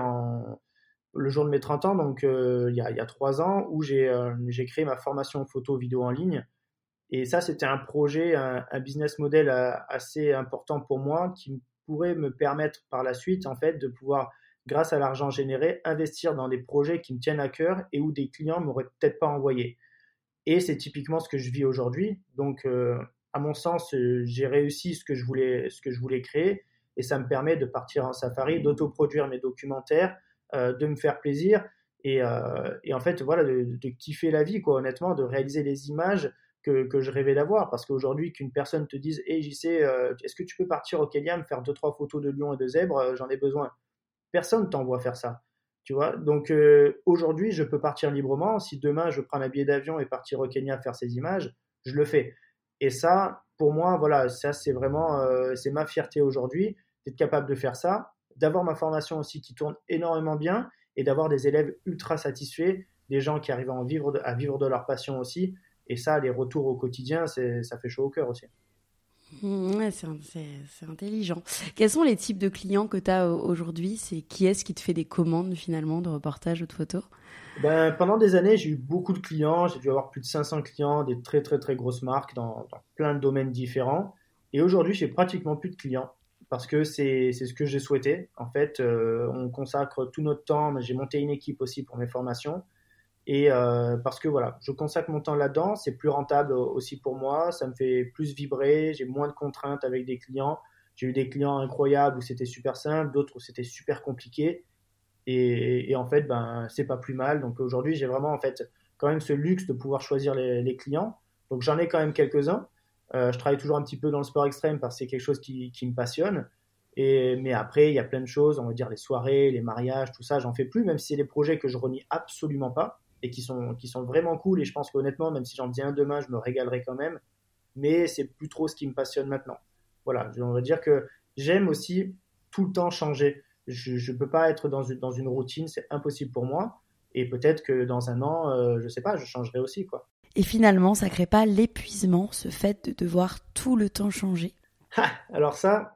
le jour de mes 30 ans, donc il y a 3 ans, où j'ai créé ma formation photo vidéo en ligne. Et ça, c'était un projet, un business model assez important pour moi qui pourrait me permettre par la suite, en fait, de pouvoir, grâce à l'argent généré, investir dans des projets qui me tiennent à cœur et où des clients ne m'auraient peut-être pas envoyé. Et c'est typiquement ce que je vis aujourd'hui. Donc, à mon sens, j'ai réussi ce que je voulais créer et ça me permet de partir en safari, d'autoproduire mes documentaires, de me faire plaisir et en fait, voilà, de kiffer la vie, quoi, honnêtement, de réaliser les images que je rêvais d'avoir. Parce qu'aujourd'hui, qu'une personne te dise hey, JC, est-ce que tu peux partir au Kenya me faire 2-3 photos de lions et de zèbres, j'en ai besoin. Personne t'envoie faire ça. Tu vois, donc aujourd'hui, je peux partir librement. Si demain, je prends un billet d'avion et partir au Kenya faire ces images, je le fais. Et ça, pour moi, voilà, ça, c'est vraiment c'est ma fierté aujourd'hui d'être capable de faire ça, d'avoir ma formation aussi qui tourne énormément bien et d'avoir des élèves ultra satisfaits, des gens qui arrivent à vivre de leur passion aussi. Et ça, les retours au quotidien, ça fait chaud au cœur aussi. Ouais, c'est intelligent. Quels sont les types de clients que tu as aujourd'hui? C'est qui est-ce qui te fait des commandes finalement de reportages ou de photos? Pendant des années, j'ai eu beaucoup de clients. J'ai dû avoir plus de 500 clients, des très très très grosses marques dans plein de domaines différents. Et aujourd'hui, j'ai pratiquement plus de clients parce que c'est ce que j'ai souhaité. En fait, on consacre tout notre temps. Mais j'ai monté une équipe aussi pour mes formations. Et parce que voilà, je consacre mon temps là-dedans, c'est plus rentable aussi pour moi, ça me fait plus vibrer, j'ai moins de contraintes avec des clients. J'ai eu des clients incroyables où c'était super simple, d'autres où c'était super compliqué. Et en fait, c'est pas plus mal. Donc aujourd'hui, j'ai vraiment en fait quand même ce luxe de pouvoir choisir les clients. Donc j'en ai quand même quelques-uns. Je travaille toujours un petit peu dans le sport extrême parce que c'est quelque chose qui me passionne. Mais après, il y a plein de choses, on va dire les soirées, les mariages, tout ça, j'en fais plus, même si c'est des projets que je renie absolument pas et qui sont vraiment cool. Et je pense qu'honnêtement, même si j'en faisais un demain, je me régalerais quand même. Mais c'est plus trop ce qui me passionne maintenant. Voilà, on va dire que j'aime aussi tout le temps changer. Je ne peux pas être dans une routine, c'est impossible pour moi. Et peut-être que dans un an, je sais pas, je changerai aussi, quoi. Et finalement, ça crée pas l'épuisement, ce fait de devoir tout le temps changer? Alors ça,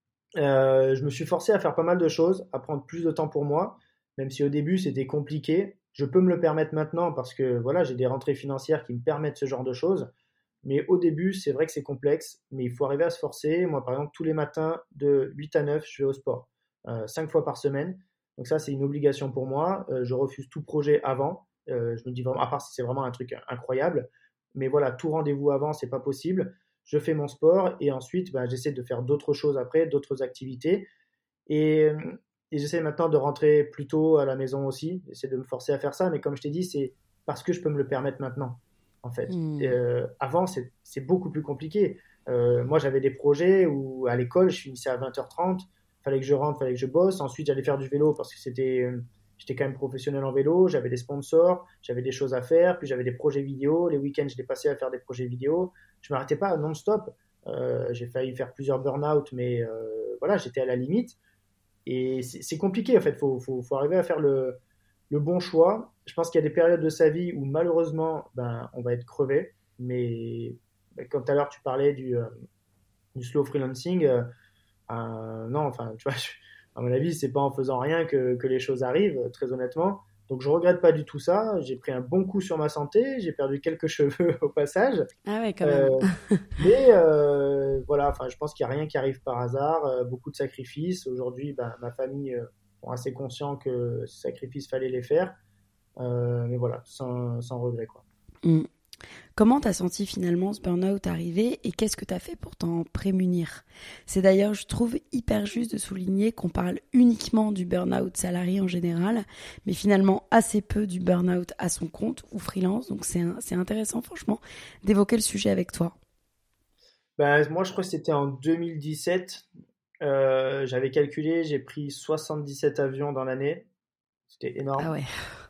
je me suis forcé à faire pas mal de choses, à prendre plus de temps pour moi, même si au début c'était compliqué. Je peux me le permettre maintenant parce que voilà, j'ai des rentrées financières qui me permettent ce genre de choses. Mais au début, c'est vrai que c'est complexe, mais il faut arriver à se forcer. Moi, par exemple, tous les matins de 8 à 9, je vais au sport, 5 fois par semaine. Donc ça, c'est une obligation pour moi. Je refuse tout projet avant. Je me dis vraiment, à part si c'est vraiment un truc incroyable. Mais voilà, tout rendez-vous avant, c'est pas possible. Je fais mon sport et ensuite, j'essaie de faire d'autres choses après, d'autres activités. Et, et j'essaie maintenant de rentrer plus tôt à la maison aussi. J'essaie de me forcer à faire ça. Mais comme je t'ai dit, c'est parce que je peux me le permettre maintenant, en fait. Avant, c'est beaucoup plus compliqué. Moi, j'avais des projets où à l'école, je finissais à 20h30. Fallait que je rentre, fallait que je bosse. Ensuite, j'allais faire du vélo parce que j'étais quand même professionnel en vélo. J'avais des sponsors, j'avais des choses à faire. Puis j'avais des projets vidéo. Les week-ends, je les passais à faire des projets vidéo. Je m'arrêtais pas non-stop. J'ai failli faire plusieurs burn-out, mais voilà, j'étais à la limite. Et c'est compliqué, en fait. Faut arriver à faire le bon choix. Je pense qu'il y a des périodes de sa vie où malheureusement, on va être crevé. Mais comme tout à l'heure, tu parlais du slow freelancing. Non, enfin, tu vois, à mon avis, c'est pas en faisant rien que les choses arrivent, très honnêtement. Donc, je regrette pas du tout ça. J'ai pris un bon coup sur ma santé. J'ai perdu quelques cheveux au passage. Ah ouais, quand même. Mais voilà, enfin, je pense qu'il n'y a rien qui arrive par hasard. Beaucoup de sacrifices. Aujourd'hui, ma famille sont assez conscients que ces sacrifices, fallait les faire. Mais voilà, sans regret, quoi. Comment t'as senti finalement ce burn-out arriver et qu'est-ce que t'as fait pour t'en prémunir? C'est d'ailleurs, je trouve, hyper juste de souligner qu'on parle uniquement du burn-out salarié en général, mais finalement assez peu du burn-out à son compte ou freelance. Donc c'est intéressant franchement d'évoquer le sujet avec toi. Moi, je crois que c'était en 2017. J'avais calculé, j'ai pris 77 avions dans l'année. C'était énorme. Ah ouais.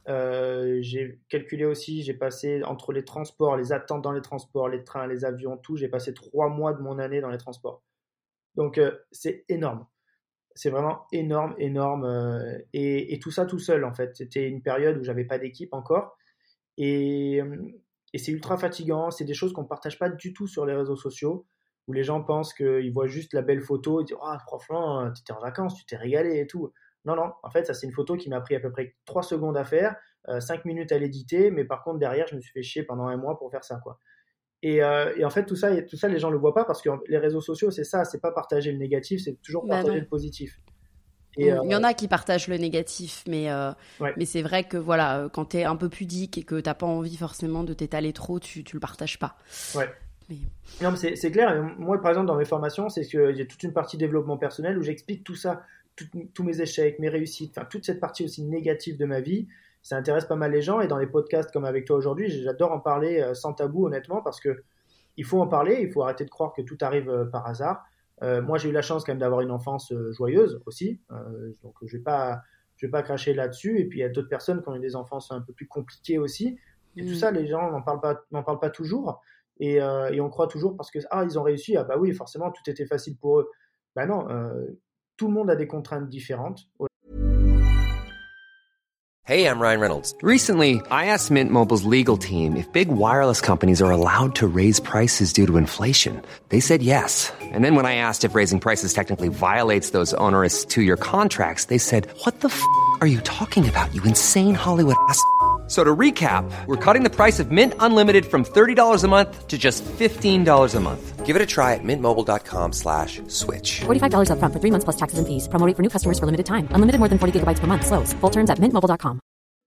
J'ai calculé aussi, j'ai passé entre les transports, les attentes dans les transports, les trains, les avions, tout, j'ai passé 3 mois de mon année dans les transports. Donc c'est énorme. c'est vraiment énorme, énorme. Et tout ça tout seul, en fait. C'était une période où j'avais pas d'équipe encore. Et, et c'est ultra fatigant. C'est des choses qu'on partage pas du tout sur les réseaux sociaux, où les gens pensent qu'ils voient juste la belle photo et disent «Ah, franchement, tu étais en vacances, tu t'es régalé et tout». Non, non, en fait, ça, c'est une photo qui m'a pris à peu près 3 secondes à faire, 5 minutes à l'éditer, mais par contre, derrière, je me suis fait chier pendant un mois pour faire ça, quoi. Et en fait, tout ça, les gens le voient pas parce que les réseaux sociaux, c'est ça, c'est pas partager le négatif, c'est toujours partager le positif. Il y en a qui partagent le négatif, mais c'est vrai que voilà, quand t'es un peu pudique et que t'as pas envie forcément de t'étaler trop, tu le partages pas. Ouais. Non, mais c'est clair. Moi, par exemple, dans mes formations, c'est que j'ai toute une partie développement personnel où j'explique tout ça, tous mes échecs, mes réussites, enfin toute cette partie aussi négative de ma vie. Ça intéresse pas mal les gens, et dans les podcasts comme avec toi aujourd'hui, j'adore en parler sans tabou, honnêtement, parce que il faut en parler, il faut arrêter de croire que tout arrive par hasard. Moi, j'ai eu la chance quand même d'avoir une enfance joyeuse aussi, donc je vais pas cracher là-dessus. Et puis il y a d'autres personnes qui ont eu des enfances un peu plus compliquées aussi. Et tout ça, les gens n'en parlent pas toujours, et on croit toujours parce que ils ont réussi, ah bah oui, forcément tout était facile pour eux. Bah non, tout le monde a des contraintes différentes. Hey, I'm Ryan Reynolds. Recently, I asked Mint Mobile's legal team if big wireless companies are allowed to raise prices due to inflation. They said yes. And then when I asked if raising prices technically violates those onerous 2-year contracts, they said, "What the f*** are you talking about, you insane Hollywood ass?" So to recap, we're cutting the price of Mint Unlimited from $30 a month to just $15 a month. Give it a try at mintmobile.com/switch. $45 up front for 3 months plus taxes and fees. Promo rate for new customers for limited time. Unlimited more than 40 gigabytes per month. Slows full terms at mintmobile.com.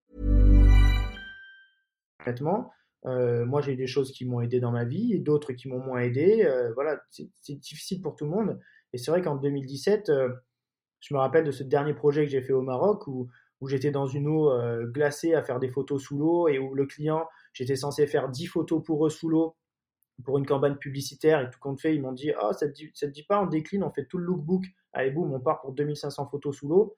Honnêtement, moi j'ai eu des choses qui m'ont aidé dans ma vie et d'autres qui m'ont moins aidé. Voilà, c'est difficile pour tout le monde. Et c'est vrai qu'en 2017, je me rappelle de ce dernier projet que j'ai fait au Maroc où j'étais dans une eau glacée à faire des photos sous l'eau, et où le client, j'étais censé faire 10 photos pour eux sous l'eau pour une campagne publicitaire, et tout compte fait, ils m'ont dit ça te dit pas, on décline, on fait tout le lookbook, allez boum, on part pour 2500 photos sous l'eau.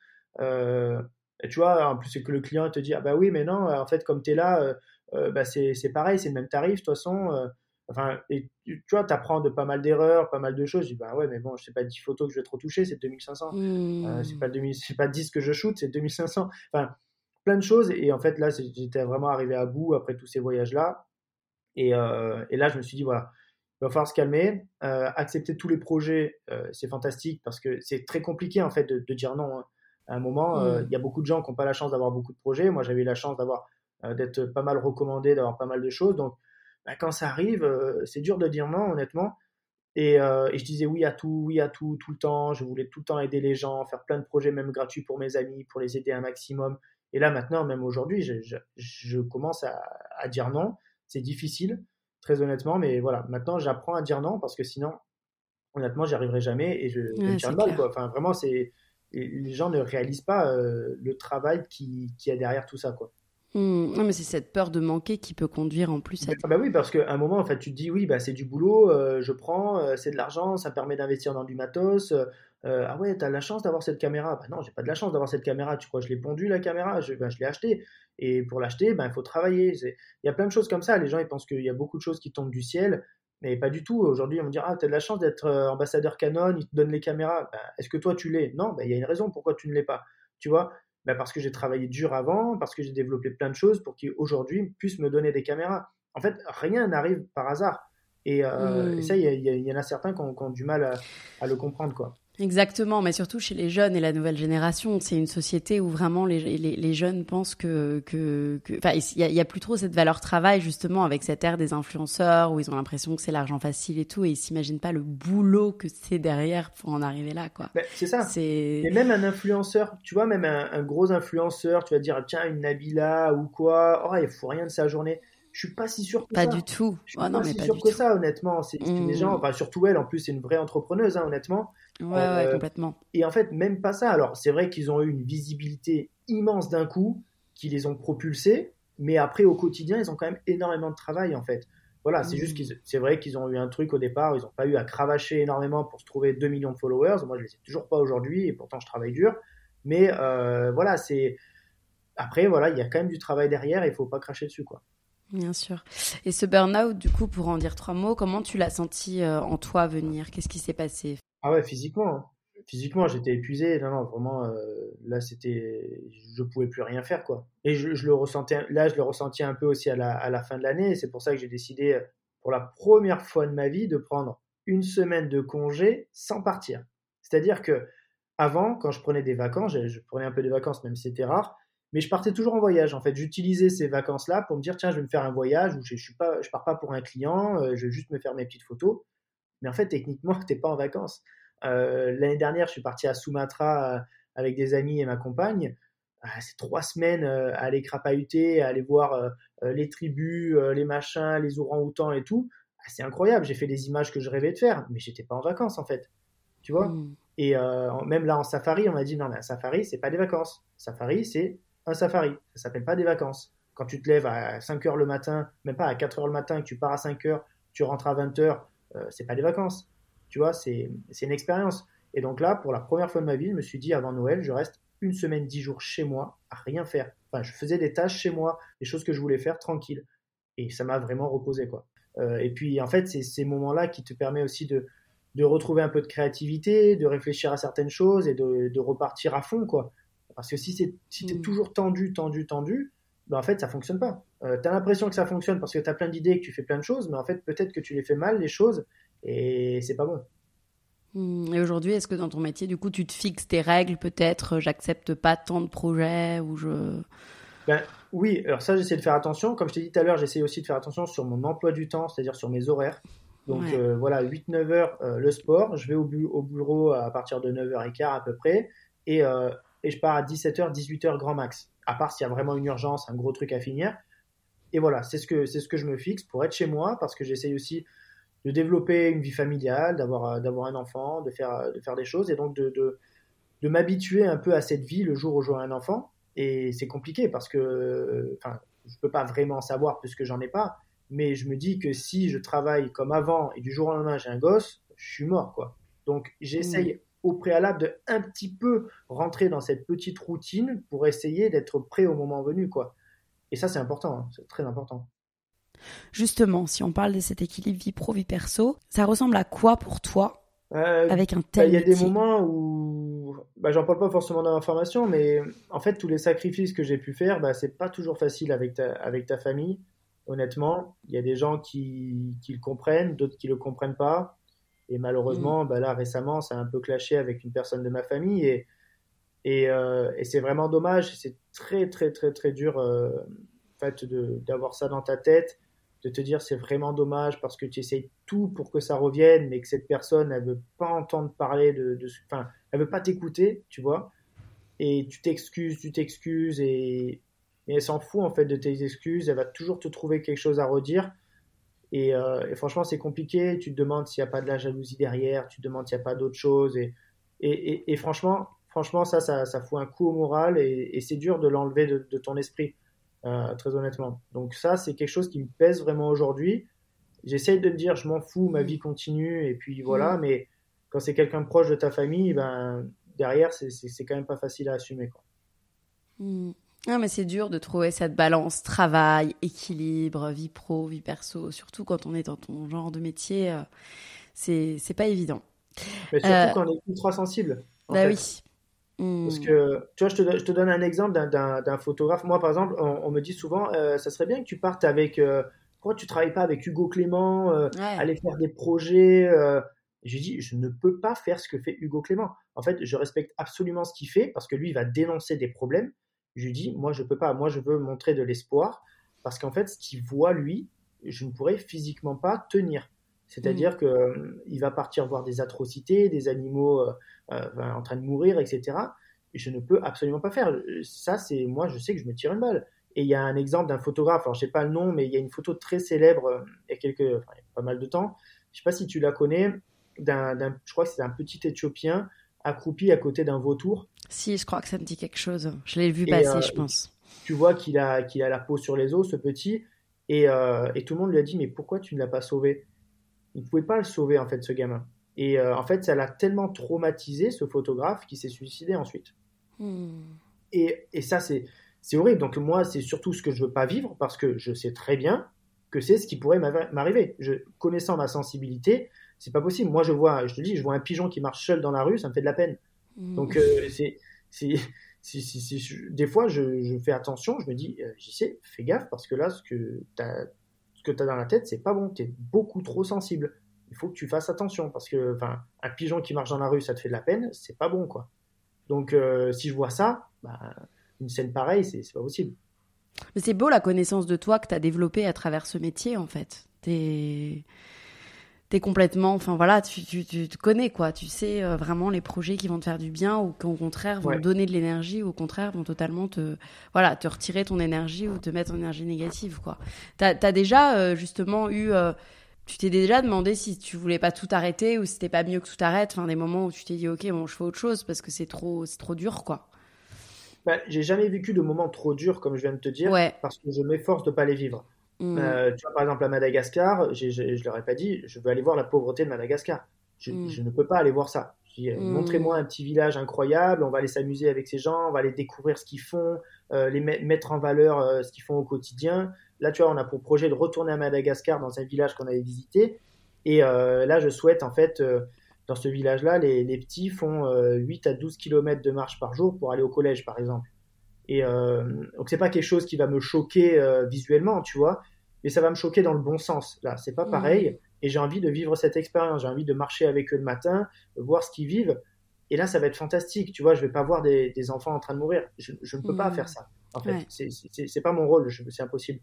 Et tu vois, en plus c'est que le client te dit bah oui, mais non, en fait comme tu es là, c'est pareil, c'est le même tarif de toute façon. Et tu vois, t'apprends de pas mal d'erreurs, pas mal de choses. Je dis ouais, mais bon, c'est pas 10 photos que je vais te retoucher, c'est 2500. C'est pas 10 que je shoot, c'est 2500. Enfin, plein de choses. Et en fait, là, j'étais vraiment arrivé à bout après tous ces voyages-là. Et là, je me suis dit, voilà, il va falloir se calmer, accepter tous les projets, c'est fantastique parce que c'est très compliqué en fait de dire non, hein. À un moment, il y a beaucoup de gens qui n'ont pas la chance d'avoir beaucoup de projets. Moi, j'avais eu la chance d'être pas mal recommandé, d'avoir pas mal de choses. Donc, quand ça arrive, c'est dur de dire non, honnêtement. Et je disais oui à tout le temps. Je voulais tout le temps aider les gens, faire plein de projets, même gratuits pour mes amis, pour les aider un maximum. Et là, maintenant, même aujourd'hui, je commence à dire non. C'est difficile, très honnêtement, mais voilà. Maintenant, j'apprends à dire non parce que sinon, honnêtement, j'y arriverai jamais et je me tiens mal, quoi. Enfin, vraiment, les gens ne réalisent pas le travail qui y a derrière tout ça, quoi. Non, mais c'est cette peur de manquer qui peut conduire en plus à... Bah oui, parce qu'à un moment, en fait, tu te dis, oui, c'est du boulot, je prends, c'est de l'argent, ça me permet d'investir dans du matos. Ah ouais, t'as la chance d'avoir cette caméra. Bah non, j'ai pas de la chance d'avoir cette caméra. Tu crois que je l'ai pondue, la caméra? Je l'ai achetée. Et pour l'acheter, il faut travailler. Il y a plein de choses comme ça. Les gens, ils pensent qu'il y a beaucoup de choses qui tombent du ciel, mais pas du tout. Aujourd'hui, on me dit, t'as de la chance d'être ambassadeur Canon, ils te donnent les caméras. Est-ce que toi, tu l'es? Non, il y a une raison pourquoi tu ne l'es pas. Tu vois? Parce que j'ai travaillé dur avant, parce que j'ai développé plein de choses pour qu'ils aujourd'hui puissent me donner des caméras. En fait, rien n'arrive par hasard. Et ça, il y en a certains qui ont du mal à le comprendre, quoi. Exactement, mais surtout chez les jeunes et la nouvelle génération. C'est une société où vraiment les jeunes pensent il y a plus trop cette valeur travail, justement, avec cette ère des influenceurs où ils ont l'impression que c'est l'argent facile et tout, et ils s'imaginent pas le boulot que c'est derrière pour en arriver là, quoi. C'est ça. Et même un influenceur, tu vois, même un gros influenceur, tu vas dire, tiens, une Nabila ou quoi, il faut rien de sa journée. Je suis pas si sûr que pas ça. Du tout. Je suis pas si sûr que ça, honnêtement. C'est des gens, surtout elle, en plus, c'est une vraie entrepreneuse, hein, honnêtement. Ouais, complètement. Et en fait, même pas ça. Alors, c'est vrai qu'ils ont eu une visibilité immense d'un coup, qui les ont propulsés, mais après, au quotidien, ils ont quand même énormément de travail, en fait. Voilà, c'est juste c'est vrai qu'ils ont eu un truc au départ, ils n'ont pas eu à cravacher énormément pour se trouver 2 millions de followers. Moi, je les ai toujours pas aujourd'hui, et pourtant, je travaille dur. Mais voilà, après, voilà, il y a quand même du travail derrière, et il faut pas cracher dessus, quoi. Bien sûr. Et ce burn-out, du coup, pour en dire 3 mots, comment tu l'as senti en toi venir? Qu'est-ce qui s'est passé? Ah ouais, physiquement. Physiquement, j'étais épuisé. Non, vraiment, là, je pouvais plus rien faire, quoi. Et je le ressentais, là, je le ressentais un peu aussi à la fin de l'année. Et c'est pour ça que j'ai décidé, pour la première fois de ma vie, de prendre une semaine de congé sans partir. C'est-à-dire que avant, quand je prenais des vacances, je prenais un peu des vacances, même si c'était rare, mais je partais toujours en voyage. En fait, j'utilisais ces vacances-là pour me dire, tiens, je vais me faire un voyage où je pars pas pour un client, je vais juste me faire mes petites photos. Mais en fait, techniquement, t'es pas en vacances. L'année dernière, je suis parti à Sumatra avec des amis et ma compagne. C'est 3 semaines à aller crapahuter, à aller voir les tribus, les machins, les orang-outans et tout. C'est incroyable. J'ai fait des images que je rêvais de faire, mais j'étais pas en vacances en fait. Tu vois. Et même là en safari, on m'a dit non, mais un safari, c'est pas des vacances. Safari, c'est un safari. Ça s'appelle pas des vacances. Quand tu te lèves à 5 heures le matin, même pas à 4 heures le matin, que tu pars à 5 heures, tu rentres à 20 heures, c'est pas des vacances. Tu vois, c'est une expérience. Et donc là, pour la première fois de ma vie, je me suis dit, avant Noël, je reste une semaine, 10 jours chez moi, à rien faire. Enfin, je faisais des tâches chez moi, des choses que je voulais faire tranquille. Et ça m'a vraiment reposé, quoi. Et puis, en fait, c'est ces moments-là qui te permettent aussi de retrouver un peu de créativité, de réfléchir à certaines choses et de repartir à fond, quoi. Parce que si t'es toujours tendu, ben en fait, ça fonctionne pas. T'as l'impression que ça fonctionne parce que t'as plein d'idées, que tu fais plein de choses, mais en fait, peut-être que tu les fais mal, les choses, et c'est pas bon. Et aujourd'hui, est-ce que dans ton métier, du coup, tu te fixes tes règles, peut-être, j'accepte pas tant de projets ou Ben, oui, alors ça, j'essaie de faire attention. Comme je t'ai dit tout à l'heure, j'essaie aussi de faire attention sur mon emploi du temps, c'est-à-dire sur mes horaires. Donc voilà, 8-9 heures le sport. Je vais au bureau à partir de 9h15 à peu près. Et je pars à 17h, 18h grand max. À part s'il y a vraiment une urgence, un gros truc à finir. Et voilà, c'est ce que je me fixe pour être chez moi, parce que j'essaie aussi de développer une vie familiale, d'avoir un enfant, de faire des choses, et donc de m'habituer un peu à cette vie le jour où j'aurai un enfant. Et c'est compliqué parce que je peux pas vraiment savoir puisque j'en ai pas, mais je me dis que si je travaille comme avant et du jour au lendemain j'ai un gosse, je suis mort, quoi. Donc j'essaye au préalable de un petit peu rentrer dans cette petite routine pour essayer d'être prêt au moment venu, quoi. Et ça, c'est important, hein, c'est très important. Justement, si on parle de cet équilibre vie pro, vie perso, ça ressemble à quoi pour toi avec un tel métier ? Il y a des moments où, j'en parle pas forcément dans l'information, mais en fait, tous les sacrifices que j'ai pu faire, c'est pas toujours facile avec ta famille. Honnêtement, il y a des gens qui le comprennent, d'autres qui le comprennent pas. Et malheureusement, là récemment, ça a un peu clashé avec une personne de ma famille et c'est vraiment dommage. C'est très très très très dur en fait d'avoir ça dans ta tête, de te dire c'est vraiment dommage parce que tu essayes tout pour que ça revienne, mais que cette personne elle veut pas entendre parler elle veut pas t'écouter, tu vois. Et tu t'excuses et elle s'en fout en fait de tes excuses. Elle va toujours te trouver quelque chose à redire. Et franchement, c'est compliqué. Tu te demandes s'il n'y a pas de la jalousie derrière. Tu te demandes s'il n'y a pas d'autre chose. Et franchement, ça fout un coup au moral. Et c'est dur de l'enlever de ton esprit, très honnêtement. Donc ça, c'est quelque chose qui me pèse vraiment aujourd'hui. J'essaye de me dire, je m'en fous, ma vie continue. Et puis voilà. Mais quand c'est quelqu'un de proche de ta famille, derrière, c'est quand même pas facile à assumer, quoi. Ah, mais c'est dur de trouver cette balance travail, équilibre, vie pro, vie perso, surtout quand on est dans ton genre de métier, c'est pas évident. Mais surtout quand on est ultra sensible. Bah oui. Parce que, tu vois, je te donne un exemple d'un photographe. Moi, par exemple, on me dit souvent, ça serait bien que tu partes avec... pourquoi tu travailles pas avec Hugo Clément, aller faire des projets Je lui dis, je ne peux pas faire ce que fait Hugo Clément. En fait, je respecte absolument ce qu'il fait parce que lui, il va dénoncer des problèmes. Je lui dis, moi, je peux pas. Moi, je veux montrer de l'espoir parce qu'en fait, ce qu'il voit, lui, je ne pourrais physiquement pas tenir. C'est-à-dire qu'il va partir voir des atrocités, des animaux en train de mourir, etc. Et je ne peux absolument pas faire. Ça, c'est moi, je sais que je me tire une balle. Et il y a un exemple d'un photographe, alors je sais pas le nom, mais il y a une photo très célèbre il y a pas mal de temps. Je sais pas si tu la connais, je crois que c'est un petit Éthiopien accroupi à côté d'un vautour. Si, je crois que ça me dit quelque chose. Je l'ai vu passer, je pense. Tu vois qu'il a la peau sur les os, ce petit, et tout le monde lui a dit, mais pourquoi tu ne l'as pas sauvé ? Il ne pouvait pas le sauver, en fait, ce gamin. Et en fait, ça l'a tellement traumatisé, ce photographe, qu'il s'est suicidé ensuite. Et ça, c'est horrible. Donc moi, c'est surtout ce que je veux pas vivre, parce que je sais très bien que c'est ce qui pourrait m'arriver. Connaissant ma sensibilité, c'est pas possible. Moi, je te dis, je vois un pigeon qui marche seul dans la rue, ça me fait de la peine. Donc, des fois, je fais attention, je me dis, j'y sais, fais gaffe, parce que là, ce que t'as dans la tête, c'est pas bon, t'es beaucoup trop sensible. Il faut que tu fasses attention, parce que, un pigeon qui marche dans la rue, ça te fait de la peine, c'est pas bon, quoi. Donc, si je vois ça, une scène pareille, c'est pas possible. Mais c'est beau la connaissance de toi que tu as développée à travers ce métier, en fait. T'es complètement... Enfin, voilà, tu te connais, quoi. Tu sais vraiment les projets qui vont te faire du bien ou qui, au contraire, vont te donner de l'énergie ou, au contraire, vont totalement te retirer ton énergie ou te mettre en énergie négative, quoi. T'as déjà, justement, eu... tu t'es déjà demandé si tu voulais pas tout arrêter ou si c'était pas mieux que tout arrête, enfin, des moments où tu t'es dit, OK, bon, je fais autre chose parce que c'est trop dur, quoi. J'ai jamais vécu de moments trop durs, comme je viens de te dire, parce que je m'efforce de pas les vivre. Tu vois, par exemple, à Madagascar, je leur ai pas dit, je veux aller voir la pauvreté de Madagascar. Je ne peux pas aller voir ça. Je dis, montrez-moi un petit village incroyable, on va aller s'amuser avec ces gens, on va aller découvrir ce qu'ils font, mettre en valeur ce qu'ils font au quotidien. Là, tu vois, on a pour projet de retourner à Madagascar dans un village qu'on avait visité. Et là, je souhaite, en fait, dans ce village-là, les petits font 8 à 12 km de marche par jour pour aller au collège, par exemple. Et donc, c'est pas quelque chose qui va me choquer visuellement, tu vois, mais ça va me choquer dans le bon sens. Là, c'est pas pareil. Et j'ai envie de vivre cette expérience. J'ai envie de marcher avec eux le matin, voir ce qu'ils vivent. Et là, ça va être fantastique. Tu vois, je vais pas voir des enfants en train de mourir. Je ne peux pas faire ça. En fait, c'est pas mon rôle. C'est impossible.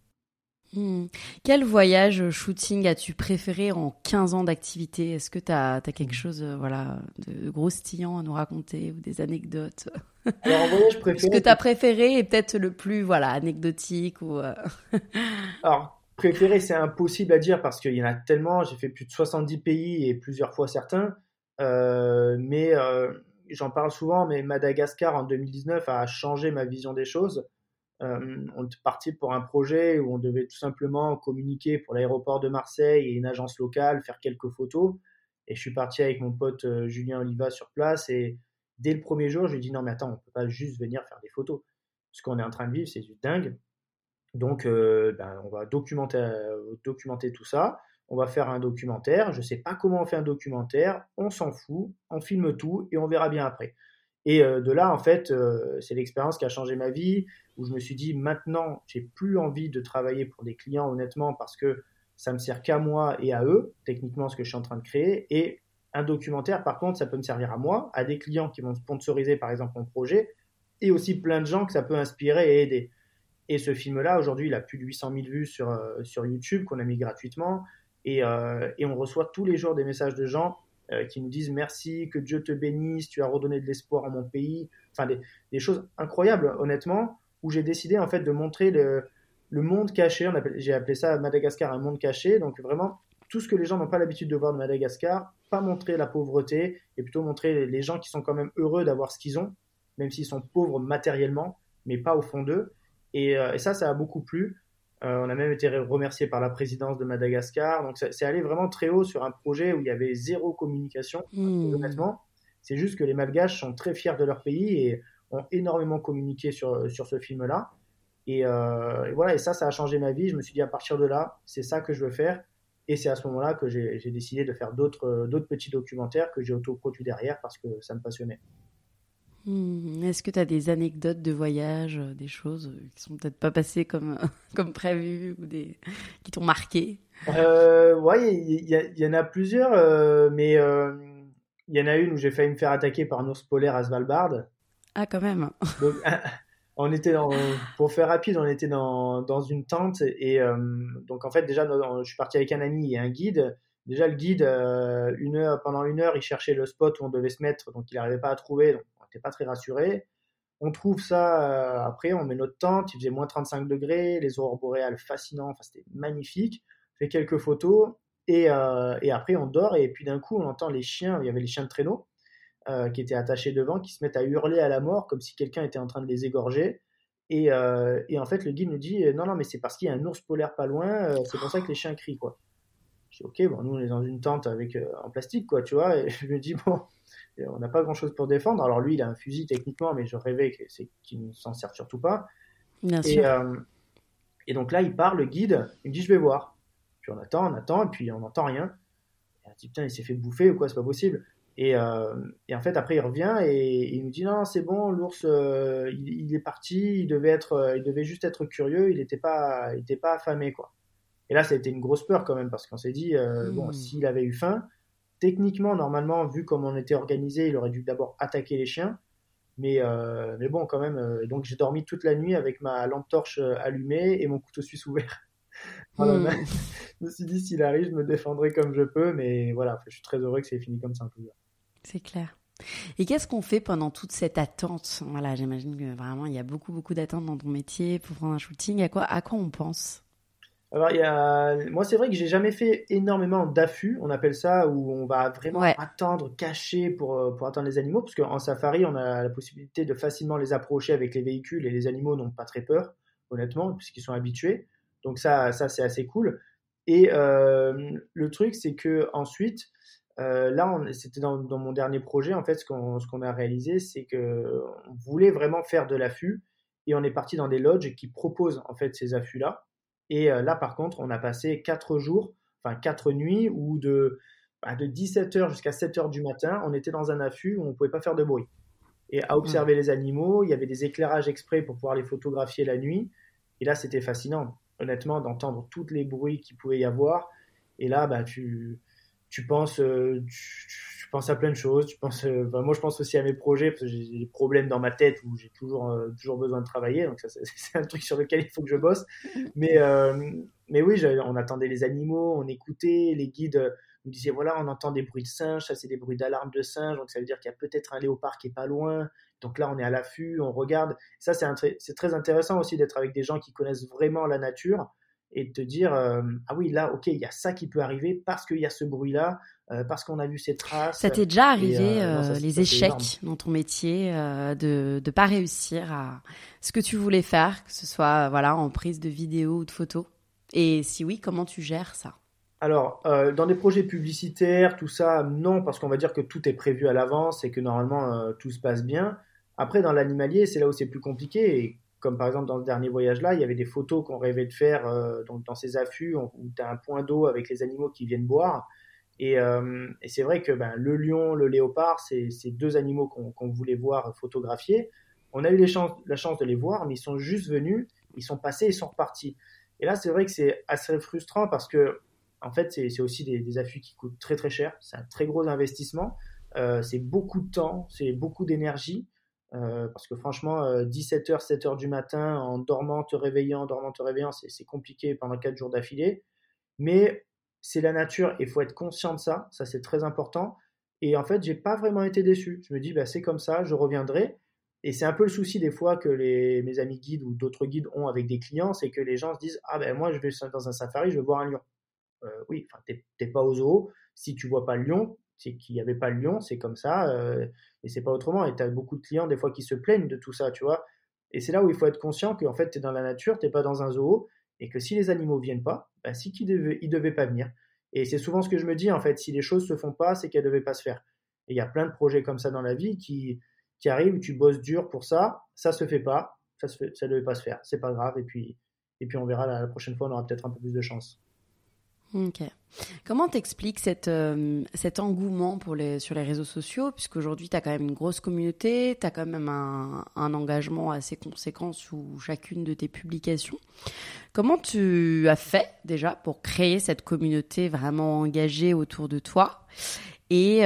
Quel voyage shooting as-tu préféré en 15 ans d'activité? Est-ce que tu as quelque chose de croustillant à nous raconter ou des anecdotes? Alors, en voyage préféré... Ce que tu as préféré est peut-être le plus anecdotique ou... Alors, préféré, c'est impossible à dire parce qu'il y en a tellement. J'ai fait plus de 70 pays et plusieurs fois certains. Mais j'en parle souvent, mais Madagascar en 2019 a changé ma vision des choses. On est parti pour un projet où on devait tout simplement communiquer pour l'aéroport de Marseille et une agence locale, faire quelques photos. Et je suis parti avec mon pote Julien Oliva sur place. Et dès le premier jour, je lui ai dit non, mais attends, on ne peut pas juste venir faire des photos. Ce qu'on est en train de vivre, c'est du dingue. Donc, on va documenter tout ça. On va faire un documentaire. Je ne sais pas comment on fait un documentaire. On s'en fout. On filme tout et on verra bien après. Et de là, en fait, c'est l'expérience qui a changé ma vie, où je me suis dit, maintenant, j'ai plus envie de travailler pour des clients, honnêtement, parce que ça me sert qu'à moi et à eux, techniquement, ce que je suis en train de créer. Et un documentaire, par contre, ça peut me servir à moi, à des clients qui vont sponsoriser, par exemple, mon projet, et aussi plein de gens que ça peut inspirer et aider. Et ce film-là, aujourd'hui, il a plus de 800 000 vues sur YouTube, qu'on a mis gratuitement. Et on reçoit tous les jours des messages de gens qui nous disent merci, que Dieu te bénisse, tu as redonné de l'espoir à mon pays. Enfin, des choses incroyables, honnêtement, où j'ai décidé en fait de montrer le monde caché. J'ai appelé ça Madagascar un monde caché. Donc vraiment, tout ce que les gens n'ont pas l'habitude de voir de Madagascar, pas montrer la pauvreté, et plutôt montrer les gens qui sont quand même heureux d'avoir ce qu'ils ont, même s'ils sont pauvres matériellement, mais pas au fond d'eux. Et ça a beaucoup plu. On a même été remercié par la présidence de Madagascar. Donc, c'est allé vraiment très haut sur un projet où il y avait zéro communication. Honnêtement, c'est juste que les Malgaches sont très fiers de leur pays et ont énormément communiqué sur ce film-là. Et voilà, et ça a changé ma vie. Je me suis dit, à partir de là, c'est ça que je veux faire. Et c'est à ce moment-là que j'ai décidé de faire d'autres petits documentaires que j'ai autoproduits derrière parce que ça me passionnait. Est-ce que tu as des anecdotes de voyage, des choses qui sont peut-être pas passées comme prévu ou qui t'ont marqué? Ouais, il y en a plusieurs, mais il y en a une où j'ai failli me faire attaquer par un ours polaire à Svalbard. Ah, quand même. Donc, on était pour faire rapide, on était dans une tente et donc en fait déjà je suis parti avec un ami et un guide. Déjà le guide pendant une heure il cherchait le spot où on devait se mettre, donc il n'arrivait pas à trouver, donc on n'était pas très rassuré. On trouve ça après, on met notre tente, il faisait moins 35 degrés, les aurores boréales fascinants, enfin c'était magnifique. On fait quelques photos et après on dort et puis d'un coup on entend les chiens, il y avait les chiens de traîneau qui étaient attachés devant, qui se mettent à hurler à la mort comme si quelqu'un était en train de les égorger. Et en fait, le guide nous dit non, mais c'est parce qu'il y a un ours polaire pas loin, c'est pour ça que les chiens crient, quoi. Je dis ok, bon, nous on est dans une tente avec en plastique, quoi, tu vois. Et je me dis bon, on n'a pas grand chose pour défendre. Alors lui, il a un fusil techniquement, mais je rêvais qu'il ne s'en serve surtout pas. Bien sûr. Et donc là, il part, le guide, il me dit je vais voir. Puis on attend, et puis on n'entend rien. Et on se dit, putain, il s'est fait bouffer ou quoi, c'est pas possible. Et en fait, après, il revient et il nous dit, non, c'est bon, l'ours, il est parti, il devait juste être curieux, il était pas affamé, quoi. Et là, ça a été une grosse peur quand même, parce qu'on s'est dit, bon, s'il avait eu faim, techniquement, normalement, vu comme on était organisé, il aurait dû d'abord attaquer les chiens. Mais bon, quand même. Donc, j'ai dormi toute la nuit avec ma lampe torche allumée et mon couteau suisse ouvert. Voilà, je me suis dit, s'il arrive, je me défendrai comme je peux. Mais voilà, je suis très heureux que c'est fini comme ça. C'est clair. Et qu'est-ce qu'on fait pendant toute cette attente? Voilà, j'imagine que vraiment, il y a beaucoup, beaucoup d'attentes dans ton métier pour prendre un shooting. À quoi on pense? Alors, moi, c'est vrai que j'ai jamais fait énormément d'affûts, on appelle ça, où on va vraiment attendre, caché pour attendre les animaux, parce qu'en safari, on a la possibilité de facilement les approcher avec les véhicules et les animaux n'ont pas très peur, honnêtement, puisqu'ils sont habitués. Donc ça c'est assez cool. Et le truc, c'est que ensuite, là, c'était dans mon dernier projet, en fait, ce qu'on a réalisé, c'est que on voulait vraiment faire de l'affût et on est parti dans des lodges qui proposent en fait ces affûts-là. Et là, par contre, on a passé 4 jours, enfin 4 nuits, où de 17h jusqu'à 7h du matin, on était dans un affût où on ne pouvait pas faire de bruit. Et à observer les animaux, il y avait des éclairages exprès pour pouvoir les photographier la nuit. Et là, c'était fascinant, honnêtement, d'entendre tous les bruits qu'il pouvait y avoir. Et là, tu penses à plein de choses. Moi, je pense aussi à mes projets, parce que j'ai des problèmes dans ma tête où j'ai toujours besoin de travailler. Donc, ça, c'est un truc sur lequel il faut que je bosse. Mais oui, on attendait les animaux, on écoutait. Les guides nous disaient, voilà, on entend des bruits de singes. Ça, c'est des bruits d'alarme de singes. Donc, ça veut dire qu'il y a peut-être un léopard qui est pas loin. Donc là, on est à l'affût, on regarde. Ça, c'est très intéressant aussi d'être avec des gens qui connaissent vraiment la nature et de te dire, ah oui, là, ok, il y a ça qui peut arriver parce qu'il y a ce bruit-là, parce qu'on a vu ces traces. Ça t'est déjà arrivé, les échecs énorme dans ton métier, de ne pas réussir à ce que tu voulais faire, que ce soit en prise de vidéo ou de photo? Et si oui, comment tu gères ça? Alors, dans des projets publicitaires, tout ça, non, parce qu'on va dire que tout est prévu à l'avance et que normalement, tout se passe bien. Après, dans l'animalier, c'est là où c'est plus compliqué. Et comme par exemple dans ce dernier voyage-là, il y avait des photos qu'on rêvait de faire donc dans ces affûts où tu as un point d'eau avec les animaux qui viennent boire. Et c'est vrai que le lion, le léopard, c'est deux animaux qu'on voulait voir photographiés. On a eu la chance de les voir, mais ils sont juste venus, ils sont passés, ils sont repartis. Et là, c'est vrai que c'est assez frustrant parce que, en fait, c'est aussi des affûts qui coûtent très très cher. C'est un très gros investissement. C'est beaucoup de temps, c'est beaucoup d'énergie. Parce que franchement, 17h, 7h du matin, en dormant, te réveillant, c'est compliqué pendant 4 jours d'affilée. Mais c'est la nature et il faut être conscient de ça. Ça, c'est très important. Et en fait, j'ai pas vraiment été déçu. Je me dis, c'est comme ça, je reviendrai. Et c'est un peu le souci des fois que mes amis guides ou d'autres guides ont avec des clients, c'est que les gens se disent, moi, je vais dans un safari, je veux voir un lion. Oui, enfin, t'es pas au zoo. Si tu vois pas le lion, c'est qu'il n'y avait pas le lion, c'est comme ça, et c'est pas autrement. Et tu as beaucoup de clients des fois qui se plaignent de tout ça, tu vois. Et c'est là où il faut être conscient qu'en fait, tu es dans la nature, tu n'es pas dans un zoo, et que si les animaux viennent pas, ils devaient pas venir. Et c'est souvent ce que je me dis, en fait, si les choses se font pas, c'est qu'elles devaient pas se faire. Et il y a plein de projets comme ça dans la vie qui arrivent, tu bosses dur pour ça se fait pas, ça devait pas se faire, c'est pas grave, et puis on verra la prochaine fois, on aura peut-être un peu plus de chance. Ok. Comment t'expliques cet engouement sur les réseaux sociaux, puisqu'aujourd'hui tu as quand même une grosse communauté, tu as quand même un engagement assez conséquent sous chacune de tes publications. Comment tu as fait déjà pour créer cette communauté vraiment engagée autour de toi ? Et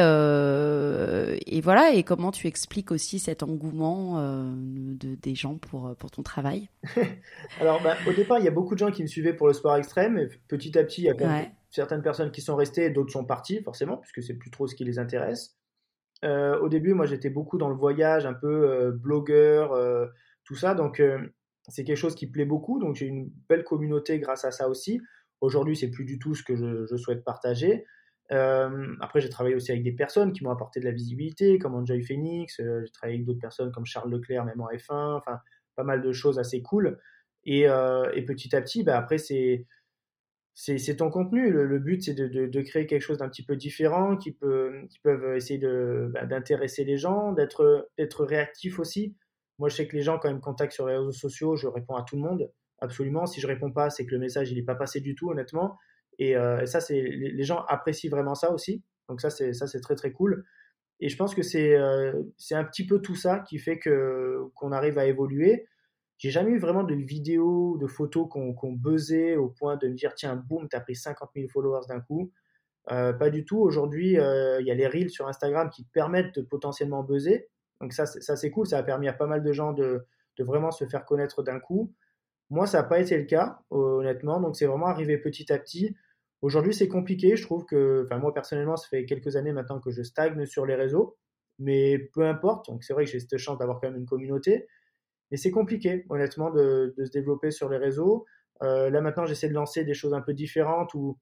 voilà, et comment tu expliques aussi cet engouement des gens pour ton travail? Alors, au départ, il y a beaucoup de gens qui me suivaient pour le sport extrême. Et petit à petit, il y a quand même certaines personnes qui sont restées, d'autres sont parties, forcément, puisque c'est plus trop ce qui les intéresse. Au début, moi, j'étais beaucoup dans le voyage, un peu blogueur, tout ça. Donc, c'est quelque chose qui plaît beaucoup. Donc, j'ai une belle communauté grâce à ça aussi. Aujourd'hui, c'est plus du tout ce que je souhaite partager. Après, j'ai travaillé aussi avec des personnes qui m'ont apporté de la visibilité, comme Enjoy Phoenix. J'ai travaillé avec d'autres personnes comme Charles Leclerc, même en F1. Enfin, pas mal de choses assez cool. Et petit à petit, après, c'est ton contenu. Le but, c'est de créer quelque chose d'un petit peu différent, qui peuvent essayer d'intéresser les gens, d'être réactif aussi. Moi, je sais que les gens, quand ils me contactent sur les réseaux sociaux, je réponds à tout le monde, absolument. Si je réponds pas, c'est que le message, il est pas passé du tout, honnêtement. Et ça, les gens apprécient vraiment ça aussi. Donc ça, c'est très, très cool. Et je pense que c'est un petit peu tout ça qui fait qu'on arrive à évoluer. J'ai jamais eu vraiment de vidéos, de photos qu'on buzzait au point de me dire, tiens, boum, t'as pris 50 000 followers d'un coup. Pas du tout. Aujourd'hui, il y a les Reels sur Instagram qui permettent de potentiellement buzzer. Donc ça, c'est cool. Ça a permis à pas mal de gens de vraiment se faire connaître d'un coup. Moi, ça n'a pas été le cas, honnêtement. Donc c'est vraiment arrivé petit à petit. Aujourd'hui, c'est compliqué. Je trouve enfin moi personnellement, ça fait quelques années maintenant que je stagne sur les réseaux. Mais peu importe. Donc c'est vrai que j'ai cette chance d'avoir quand même une communauté. Mais c'est compliqué, honnêtement, de se développer sur les réseaux. Là maintenant, j'essaie de lancer des choses un peu différentes où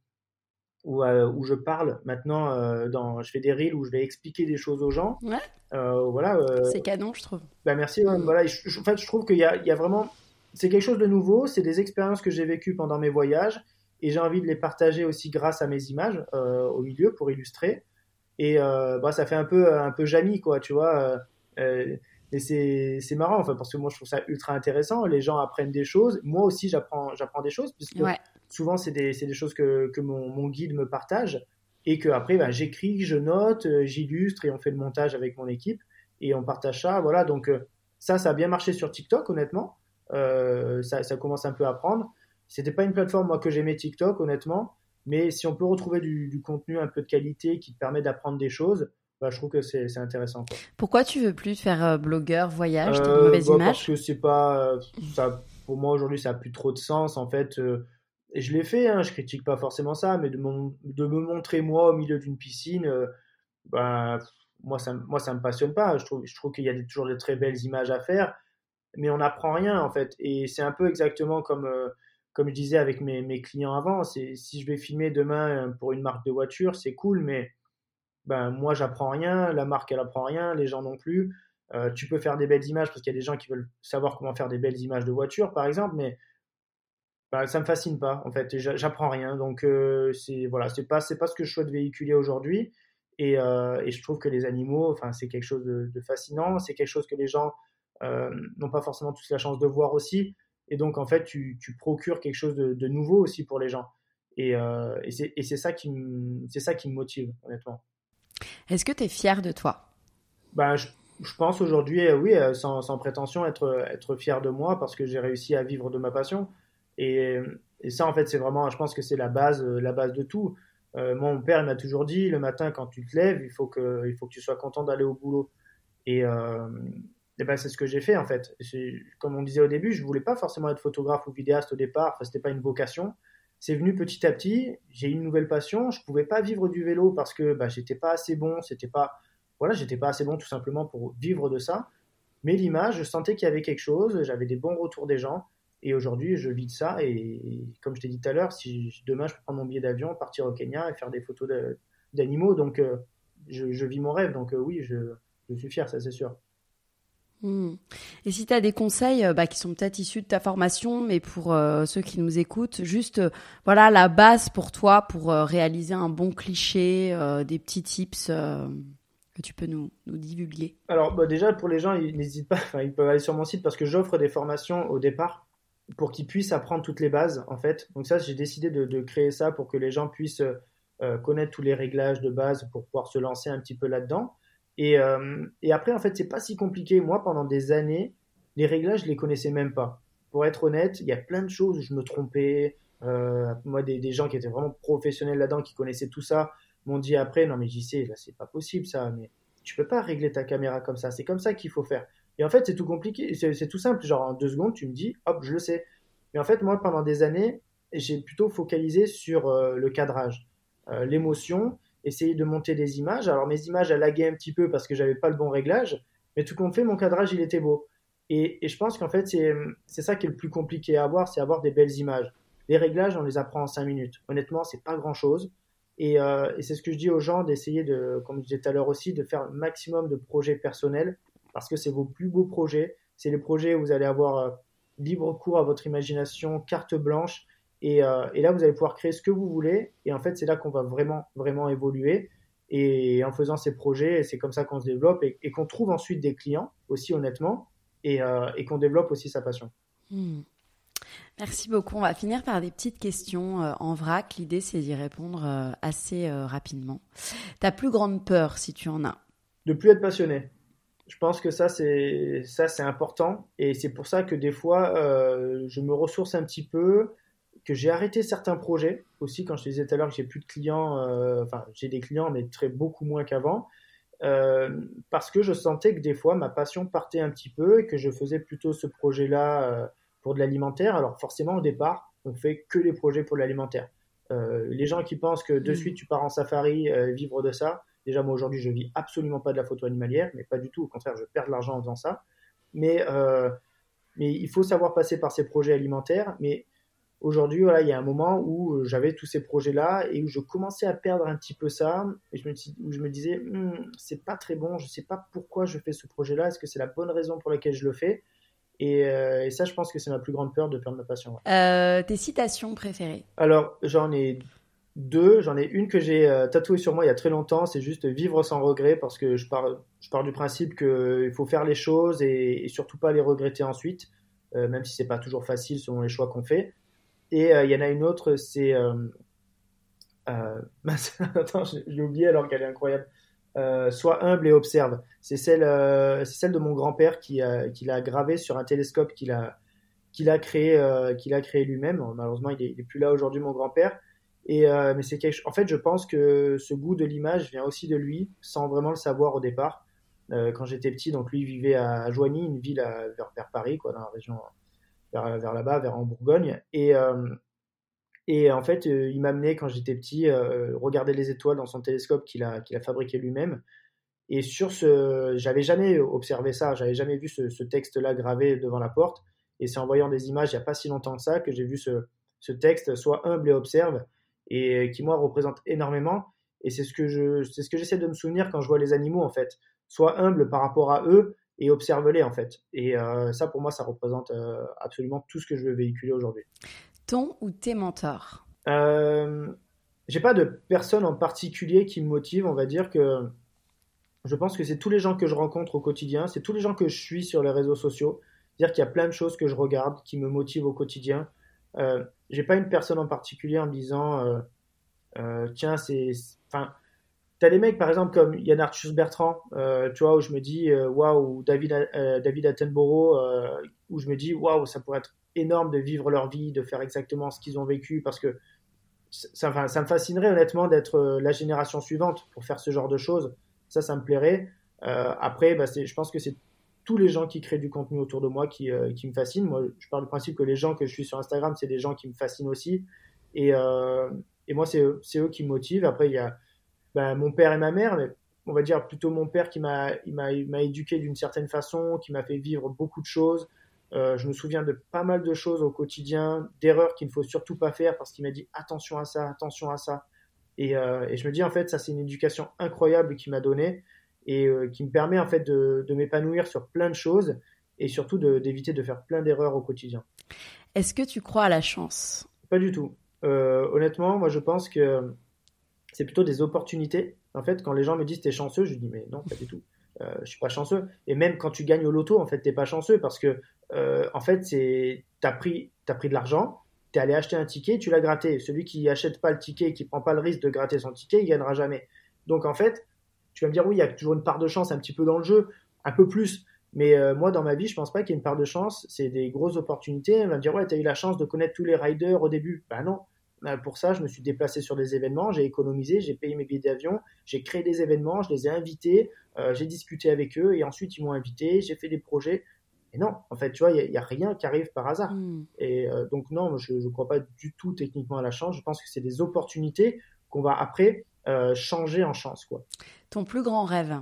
je parle maintenant, je fais des reels où je vais expliquer des choses aux gens. Ouais. Voilà. C'est canon, je trouve. Bah merci. Voilà, en fait, je trouve qu'il y a vraiment, c'est quelque chose de nouveau. C'est des expériences que j'ai vécues pendant mes voyages et j'ai envie de les partager aussi grâce à mes images au milieu pour illustrer. Et ça fait un peu Jamy, quoi, tu vois. Et c'est marrant, enfin, parce que moi je trouve ça ultra intéressant. Les gens apprennent des choses. Moi aussi j'apprends des choses, puisque souvent c'est des choses que mon guide me partage et que après j'écris, je note, j'illustre et on fait le montage avec mon équipe et on partage ça. Voilà, donc ça a bien marché sur TikTok, honnêtement. Ça commence un peu à prendre. C'était pas une plateforme moi que j'aimais, TikTok, honnêtement, mais si on peut retrouver du contenu un peu de qualité qui te permet d'apprendre des choses, je trouve que c'est intéressant, quoi. Pourquoi tu veux plus faire blogueur, voyage, t'as une mauvaise image? Parce que c'est pas ça, pour moi aujourd'hui ça a plus trop de sens en fait. Et je l'ai fait, hein, je critique pas forcément ça, mais de me montrer moi au milieu d'une piscine, moi ça me passionne pas. Je trouve qu'il y a toujours de très belles images à faire, mais on n'apprend rien en fait. Et c'est un peu exactement comme je disais avec mes clients avant. Si je vais filmer demain pour une marque de voiture, c'est cool, mais moi j'apprends rien, la marque elle apprend rien, les gens non plus. Tu peux faire des belles images parce qu'il y a des gens qui veulent savoir comment faire des belles images de voiture par exemple, mais ça me fascine pas en fait, et j'apprends rien. Donc c'est pas ce que je souhaite véhiculer aujourd'hui. Et je trouve que les animaux, enfin c'est quelque chose de fascinant, c'est quelque chose que les gens n'ont pas forcément tous la chance de voir aussi. Et donc en fait tu procures quelque chose de nouveau aussi pour les gens. Et c'est ça qui me motive, honnêtement. Est-ce que tu es fier de toi? Je pense aujourd'hui, oui, sans prétention, être fier de moi parce que j'ai réussi à vivre de ma passion. Et ça, en fait, c'est vraiment, je pense que c'est la base de tout. Moi, mon père, il m'a toujours dit, le matin, quand tu te lèves, il faut que tu sois content d'aller au boulot. Et c'est ce que j'ai fait, en fait. Comme on disait au début, je voulais pas forcément être photographe ou vidéaste au départ. Enfin, c'était pas une vocation. C'est venu petit à petit. J'ai une nouvelle passion. Je pouvais pas vivre du vélo parce que j'étais pas assez bon. J'étais pas assez bon tout simplement pour vivre de ça. Mais l'image, je sentais qu'il y avait quelque chose. J'avais des bons retours des gens. Et aujourd'hui, je vis de ça. Et comme je t'ai dit tout à l'heure, si demain je peux prendre mon billet d'avion, partir au Kenya et faire des photos d'animaux, donc je vis mon rêve. Donc oui, je suis fier, ça c'est sûr. Et si tu as des conseils qui sont peut-être issus de ta formation, mais pour ceux qui nous écoutent, juste la base pour toi pour réaliser un bon cliché, des petits tips que tu peux nous divulguer. Alors déjà pour les gens, ils n'hésitent pas, ils peuvent aller sur mon site parce que j'offre des formations au départ pour qu'ils puissent apprendre toutes les bases en fait. Donc ça, j'ai décidé de créer ça pour que les gens puissent connaître tous les réglages de base pour pouvoir se lancer un petit peu là-dedans. Et après, en fait, c'est pas si compliqué. Moi, pendant des années, les réglages, je les connaissais même pas. Pour être honnête, il y a plein de choses où je me trompais. Moi, des gens qui étaient vraiment professionnels là-dedans, qui connaissaient tout ça, m'ont dit après, non mais JC, là, c'est pas possible ça. Mais tu peux pas régler ta caméra comme ça. C'est comme ça qu'il faut faire. Et en fait, c'est tout compliqué. C'est tout simple. Genre, en 2 secondes, tu me dis, hop, je le sais. Mais en fait, moi, pendant des années, j'ai plutôt focalisé sur le cadrage, l'émotion, essayer de monter des images. Alors mes images, elles laguaient un petit peu parce que j'avais pas le bon réglage, mais tout compte fait, mon cadrage, il était beau. Et je pense qu'en fait, c'est ça qui est le plus compliqué à avoir, c'est avoir des belles images. Les réglages, on les apprend en 5 minutes. Honnêtement, c'est pas grand-chose. Et c'est ce que je dis aux gens, d'essayer comme je disais tout à l'heure aussi, de faire un maximum de projets personnels, parce que c'est vos plus beaux projets. C'est les projets où vous allez avoir libre cours à votre imagination, carte blanche. Et là, vous allez pouvoir créer ce que vous voulez. Et en fait, c'est là qu'on va vraiment, vraiment évoluer. Et en faisant ces projets, c'est comme ça qu'on se développe et qu'on trouve ensuite des clients aussi, honnêtement, et qu'on développe aussi sa passion. Merci beaucoup. On va finir par des petites questions en vrac. L'idée, c'est d'y répondre assez rapidement. Ta plus grande peur, si tu en as? De plus être passionné. Je pense que ça c'est important et c'est pour ça que des fois je me ressource un petit peu, que j'ai arrêté certains projets aussi quand je te disais tout à l'heure que j'ai plus de clients, enfin j'ai des clients mais beaucoup moins qu'avant, parce que je sentais que des fois ma passion partait un petit peu et que je faisais plutôt ce projet-là pour de l'alimentaire. Alors forcément au départ on fait que les projets pour l'alimentaire. Les gens qui pensent que de suite tu pars en safari vivre de ça. Déjà, moi, aujourd'hui, je vis absolument pas de la photo animalière, mais pas du tout. Au contraire, je perds de l'argent en faisant ça. Mais il faut savoir passer par ces projets alimentaires. Mais aujourd'hui, voilà, il y a un moment où j'avais tous ces projets-là et où je commençais à perdre un petit peu ça. Et où je me disais, c'est pas très bon, je sais pas pourquoi je fais ce projet-là. Est-ce que c'est la bonne raison pour laquelle je le fais? Et ça, je pense que c'est ma plus grande peur de perdre ma passion. Ouais. Tes citations préférées? Alors, j'en ai deux. J'en ai une que j'ai tatouée sur moi il y a très longtemps. C'est juste vivre sans regret, parce que je pars du principe qu'il faut faire les choses et surtout pas les regretter ensuite, même si c'est pas toujours facile selon les choix qu'on fait. Et il y en a une autre, c'est attends, je l'ai oublié alors qu'elle est incroyable. Sois humble et observe. C'est celle de mon grand-père qui l'a gravée sur un télescope qu'il a créé lui-même. Malheureusement, il est plus là aujourd'hui, mon grand-père. Mais en fait, je pense que ce goût de l'image vient aussi de lui, sans vraiment le savoir au départ. Quand j'étais petit, donc lui vivait à Joigny, une ville vers Paris, quoi, dans la région, vers là-bas, vers en Bourgogne. Et en fait, il m'amenait quand j'étais petit regarder les étoiles dans son télescope qu'il a fabriqué lui-même. Et j'avais jamais observé ça, j'avais jamais vu ce texte-là gravé devant la porte. Et c'est en voyant des images il n'y a pas si longtemps que ça que j'ai vu ce texte, sois humble et observe, et qui moi représente énormément. Et c'est ce que j'essaie de me souvenir quand je vois les animaux en fait. Sois humble par rapport à eux et observe-les en fait. Et ça pour moi ça représente absolument tout ce que je veux véhiculer aujourd'hui. Ton ou tes mentors? J'ai pas de personne en particulier qui me motive. On va dire que je pense que c'est tous les gens que je rencontre au quotidien, c'est tous les gens que je suis sur les réseaux sociaux. C'est-à-dire qu'il y a plein de choses que je regarde qui me motivent au quotidien. J'ai pas une personne en particulier en me disant tiens, enfin, t'as des mecs par exemple comme Yann Arthus Bertrand, tu vois, où je me dis waouh, David Attenborough, où je me dis waouh, ça pourrait être énorme de vivre leur vie, de faire exactement ce qu'ils ont vécu, parce que ça me fascinerait honnêtement d'être la génération suivante pour faire ce genre de choses. Ça me plairait. Après, je pense que c'est tous les gens qui créent du contenu autour de moi qui me fascinent. Moi, je pars du principe que les gens que je suis sur Instagram, c'est des gens qui me fascinent aussi. Et moi, c'est eux qui me motivent. Après, il y a mon père et ma mère, mais on va dire plutôt mon père qui m'a éduqué d'une certaine façon, qui m'a fait vivre beaucoup de choses. Je me souviens de pas mal de choses au quotidien, d'erreurs qu'il ne faut surtout pas faire, parce qu'il m'a dit attention à ça, attention à ça. Et je me dis en fait, ça c'est une éducation incroyable qu'il m'a donnée et qui me permet en fait de m'épanouir sur plein de choses et surtout d'éviter de faire plein d'erreurs au quotidien. Est-ce que tu crois à la chance? Pas du tout. Honnêtement, moi je pense que c'est plutôt des opportunités. En fait, quand les gens me disent t'es chanceux, je dis mais non, pas du tout. Je suis pas chanceux. Et même quand tu gagnes au loto, en fait, t'es pas chanceux parce que en fait, t'as pris de l'argent, t'es allé acheter un ticket, tu l'as gratté. Celui qui achète pas le ticket, qui prend pas le risque de gratter son ticket, il gagnera jamais. Donc en fait, tu vas me dire oui, il y a toujours une part de chance un petit peu dans le jeu, un peu plus. Mais moi, dans ma vie, je pense pas qu'il y ait une part de chance. C'est des grosses opportunités. On va me dire ouais, t'as eu la chance de connaître tous les riders au début. Ben non. Pour ça, je me suis déplacé sur des événements, j'ai économisé, j'ai payé mes billets d'avion, j'ai créé des événements, je les ai invités, j'ai discuté avec eux et ensuite ils m'ont invité, j'ai fait des projets. Et non, en fait, tu vois, il y a rien qui arrive par hasard. Et donc non, je ne crois pas du tout techniquement à la chance. Je pense que c'est des opportunités qu'on va après changer en chance, quoi. Ton plus grand rêve?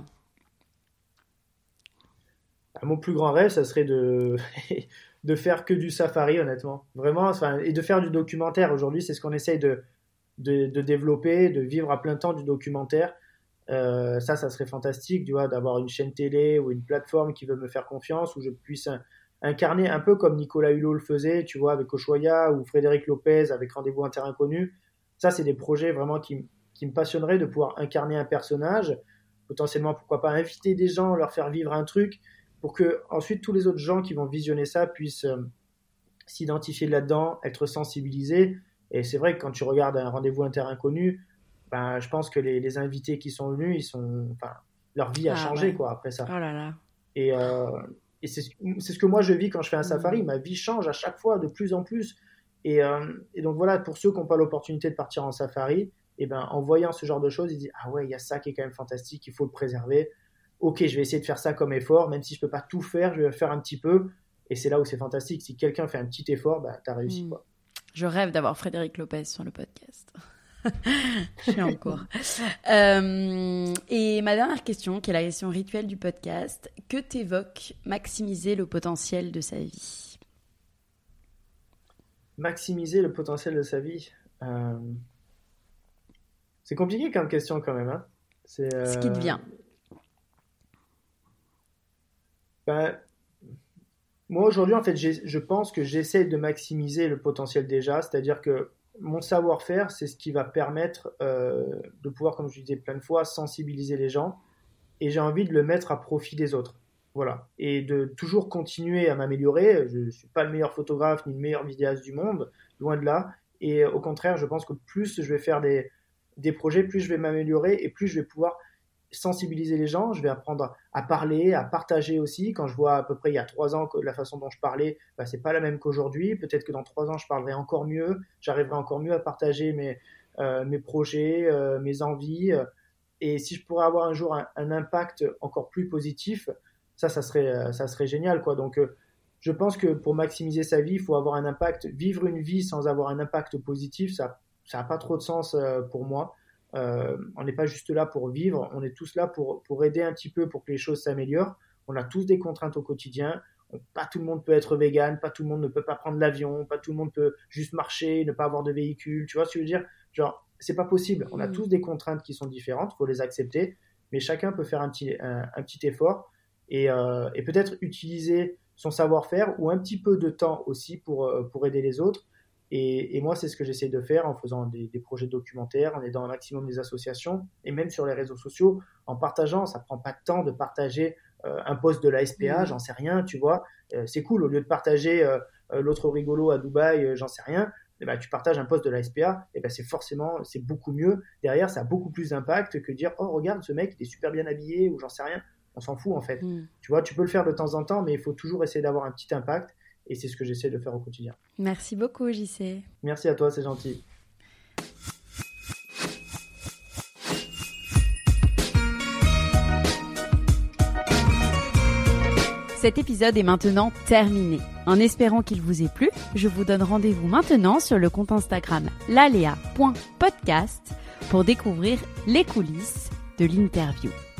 Mon plus grand rêve, ça serait de faire que du safari, honnêtement. Vraiment, et de faire du documentaire. Aujourd'hui, c'est ce qu'on essaye de développer, de vivre à plein temps du documentaire. Ça serait fantastique, tu vois, d'avoir une chaîne télé ou une plateforme qui veut me faire confiance, où je puisse incarner un peu comme Nicolas Hulot le faisait, tu vois, avec Ushuaïa, ou Frédéric Lopez avec Rendez-vous en terre inconnue. Ça, c'est des projets vraiment qui me passionneraient, de pouvoir incarner un personnage, potentiellement, pourquoi pas inviter des gens, leur faire vivre un truc, pour que ensuite tous les autres gens qui vont visionner ça puissent s'identifier là-dedans, être sensibilisé. Et c'est vrai que quand tu regardes un rendez-vous inter-inconnu, ben, je pense que les invités qui sont venus, leur vie a changé quoi, après ça. Oh là là. Et c'est ce que moi je vis quand je fais un safari. Ma vie change à chaque fois de plus en plus. Et donc voilà, pour ceux qui n'ont pas l'opportunité de partir en safari, et ben, en voyant ce genre de choses, ils disent « Ah ouais, il y a ça qui est quand même fantastique, il faut le préserver. Ok, je vais essayer de faire ça comme effort, même si je ne peux pas tout faire, je vais faire un petit peu. » Et c'est là où c'est fantastique. Si quelqu'un fait un petit effort, bah, tu as réussi quoi. Je rêve d'avoir Frédéric Lopez sur le podcast. Je suis en cours. Et ma dernière question, qui est la question rituelle du podcast, que t'évoque maximiser le potentiel de sa vie? Maximiser le potentiel de sa vie, c'est compliqué comme question quand même. Hein. Ce qui te vient. Ben, moi aujourd'hui, en fait, je pense que j'essaie de maximiser le potentiel déjà, c'est-à-dire que mon savoir-faire, c'est ce qui va permettre de pouvoir, comme je disais plein de fois, sensibiliser les gens, et j'ai envie de le mettre à profit des autres. Voilà. Et de toujours continuer à m'améliorer. Je ne suis pas le meilleur photographe ni le meilleur vidéaste du monde, loin de là. Et au contraire, je pense que plus je vais faire des projets, plus je vais m'améliorer et plus je vais pouvoir sensibiliser les gens. Je vais apprendre à parler, à partager aussi. Quand je vois à peu près il y a 3 ans que la façon dont je parlais, bah, c'est pas la même qu'aujourd'hui. Peut-être que dans 3 ans, je parlerai encore mieux. J'arriverai encore mieux à partager mes projets, mes envies. Et si je pourrais avoir un jour un impact encore plus positif, ça serait génial, quoi. Donc, je pense que pour maximiser sa vie, il faut avoir un impact. Vivre une vie sans avoir un impact positif, ça n'a pas trop de sens pour moi. On n'est pas juste là pour vivre, on est tous là pour aider un petit peu pour que les choses s'améliorent. On a tous des contraintes au quotidien. Pas tout le monde peut être vegan, pas tout le monde ne peut pas prendre l'avion, pas tout le monde peut juste marcher, ne pas avoir de véhicule. Tu vois ce que je veux dire? Genre, c'est pas possible. On a tous des contraintes qui sont différentes, il faut les accepter, mais chacun peut faire un petit effort et peut-être utiliser son savoir-faire ou un petit peu de temps aussi pour aider les autres. Et moi, c'est ce que j'essaie de faire en faisant des projets documentaires, en aidant un maximum les associations et même sur les réseaux sociaux, en partageant. Ça prend pas de temps de partager un post de la SPA, j'en sais rien, tu vois. C'est cool, au lieu de partager l'autre rigolo à Dubaï, j'en sais rien, et ben, tu partages un post de la SPA, et ben, c'est beaucoup mieux. Derrière, ça a beaucoup plus d'impact que dire « Oh, regarde, ce mec, il est super bien habillé » ou j'en sais rien. On s'en fout en fait. Tu vois, tu peux le faire de temps en temps, mais il faut toujours essayer d'avoir un petit impact. Et c'est ce que j'essaie de faire au quotidien. Merci beaucoup, JC. Merci à toi, c'est gentil. Cet épisode est maintenant terminé. En espérant qu'il vous ait plu, je vous donne rendez-vous maintenant sur le compte Instagram lalea.podcast pour découvrir les coulisses de l'interview.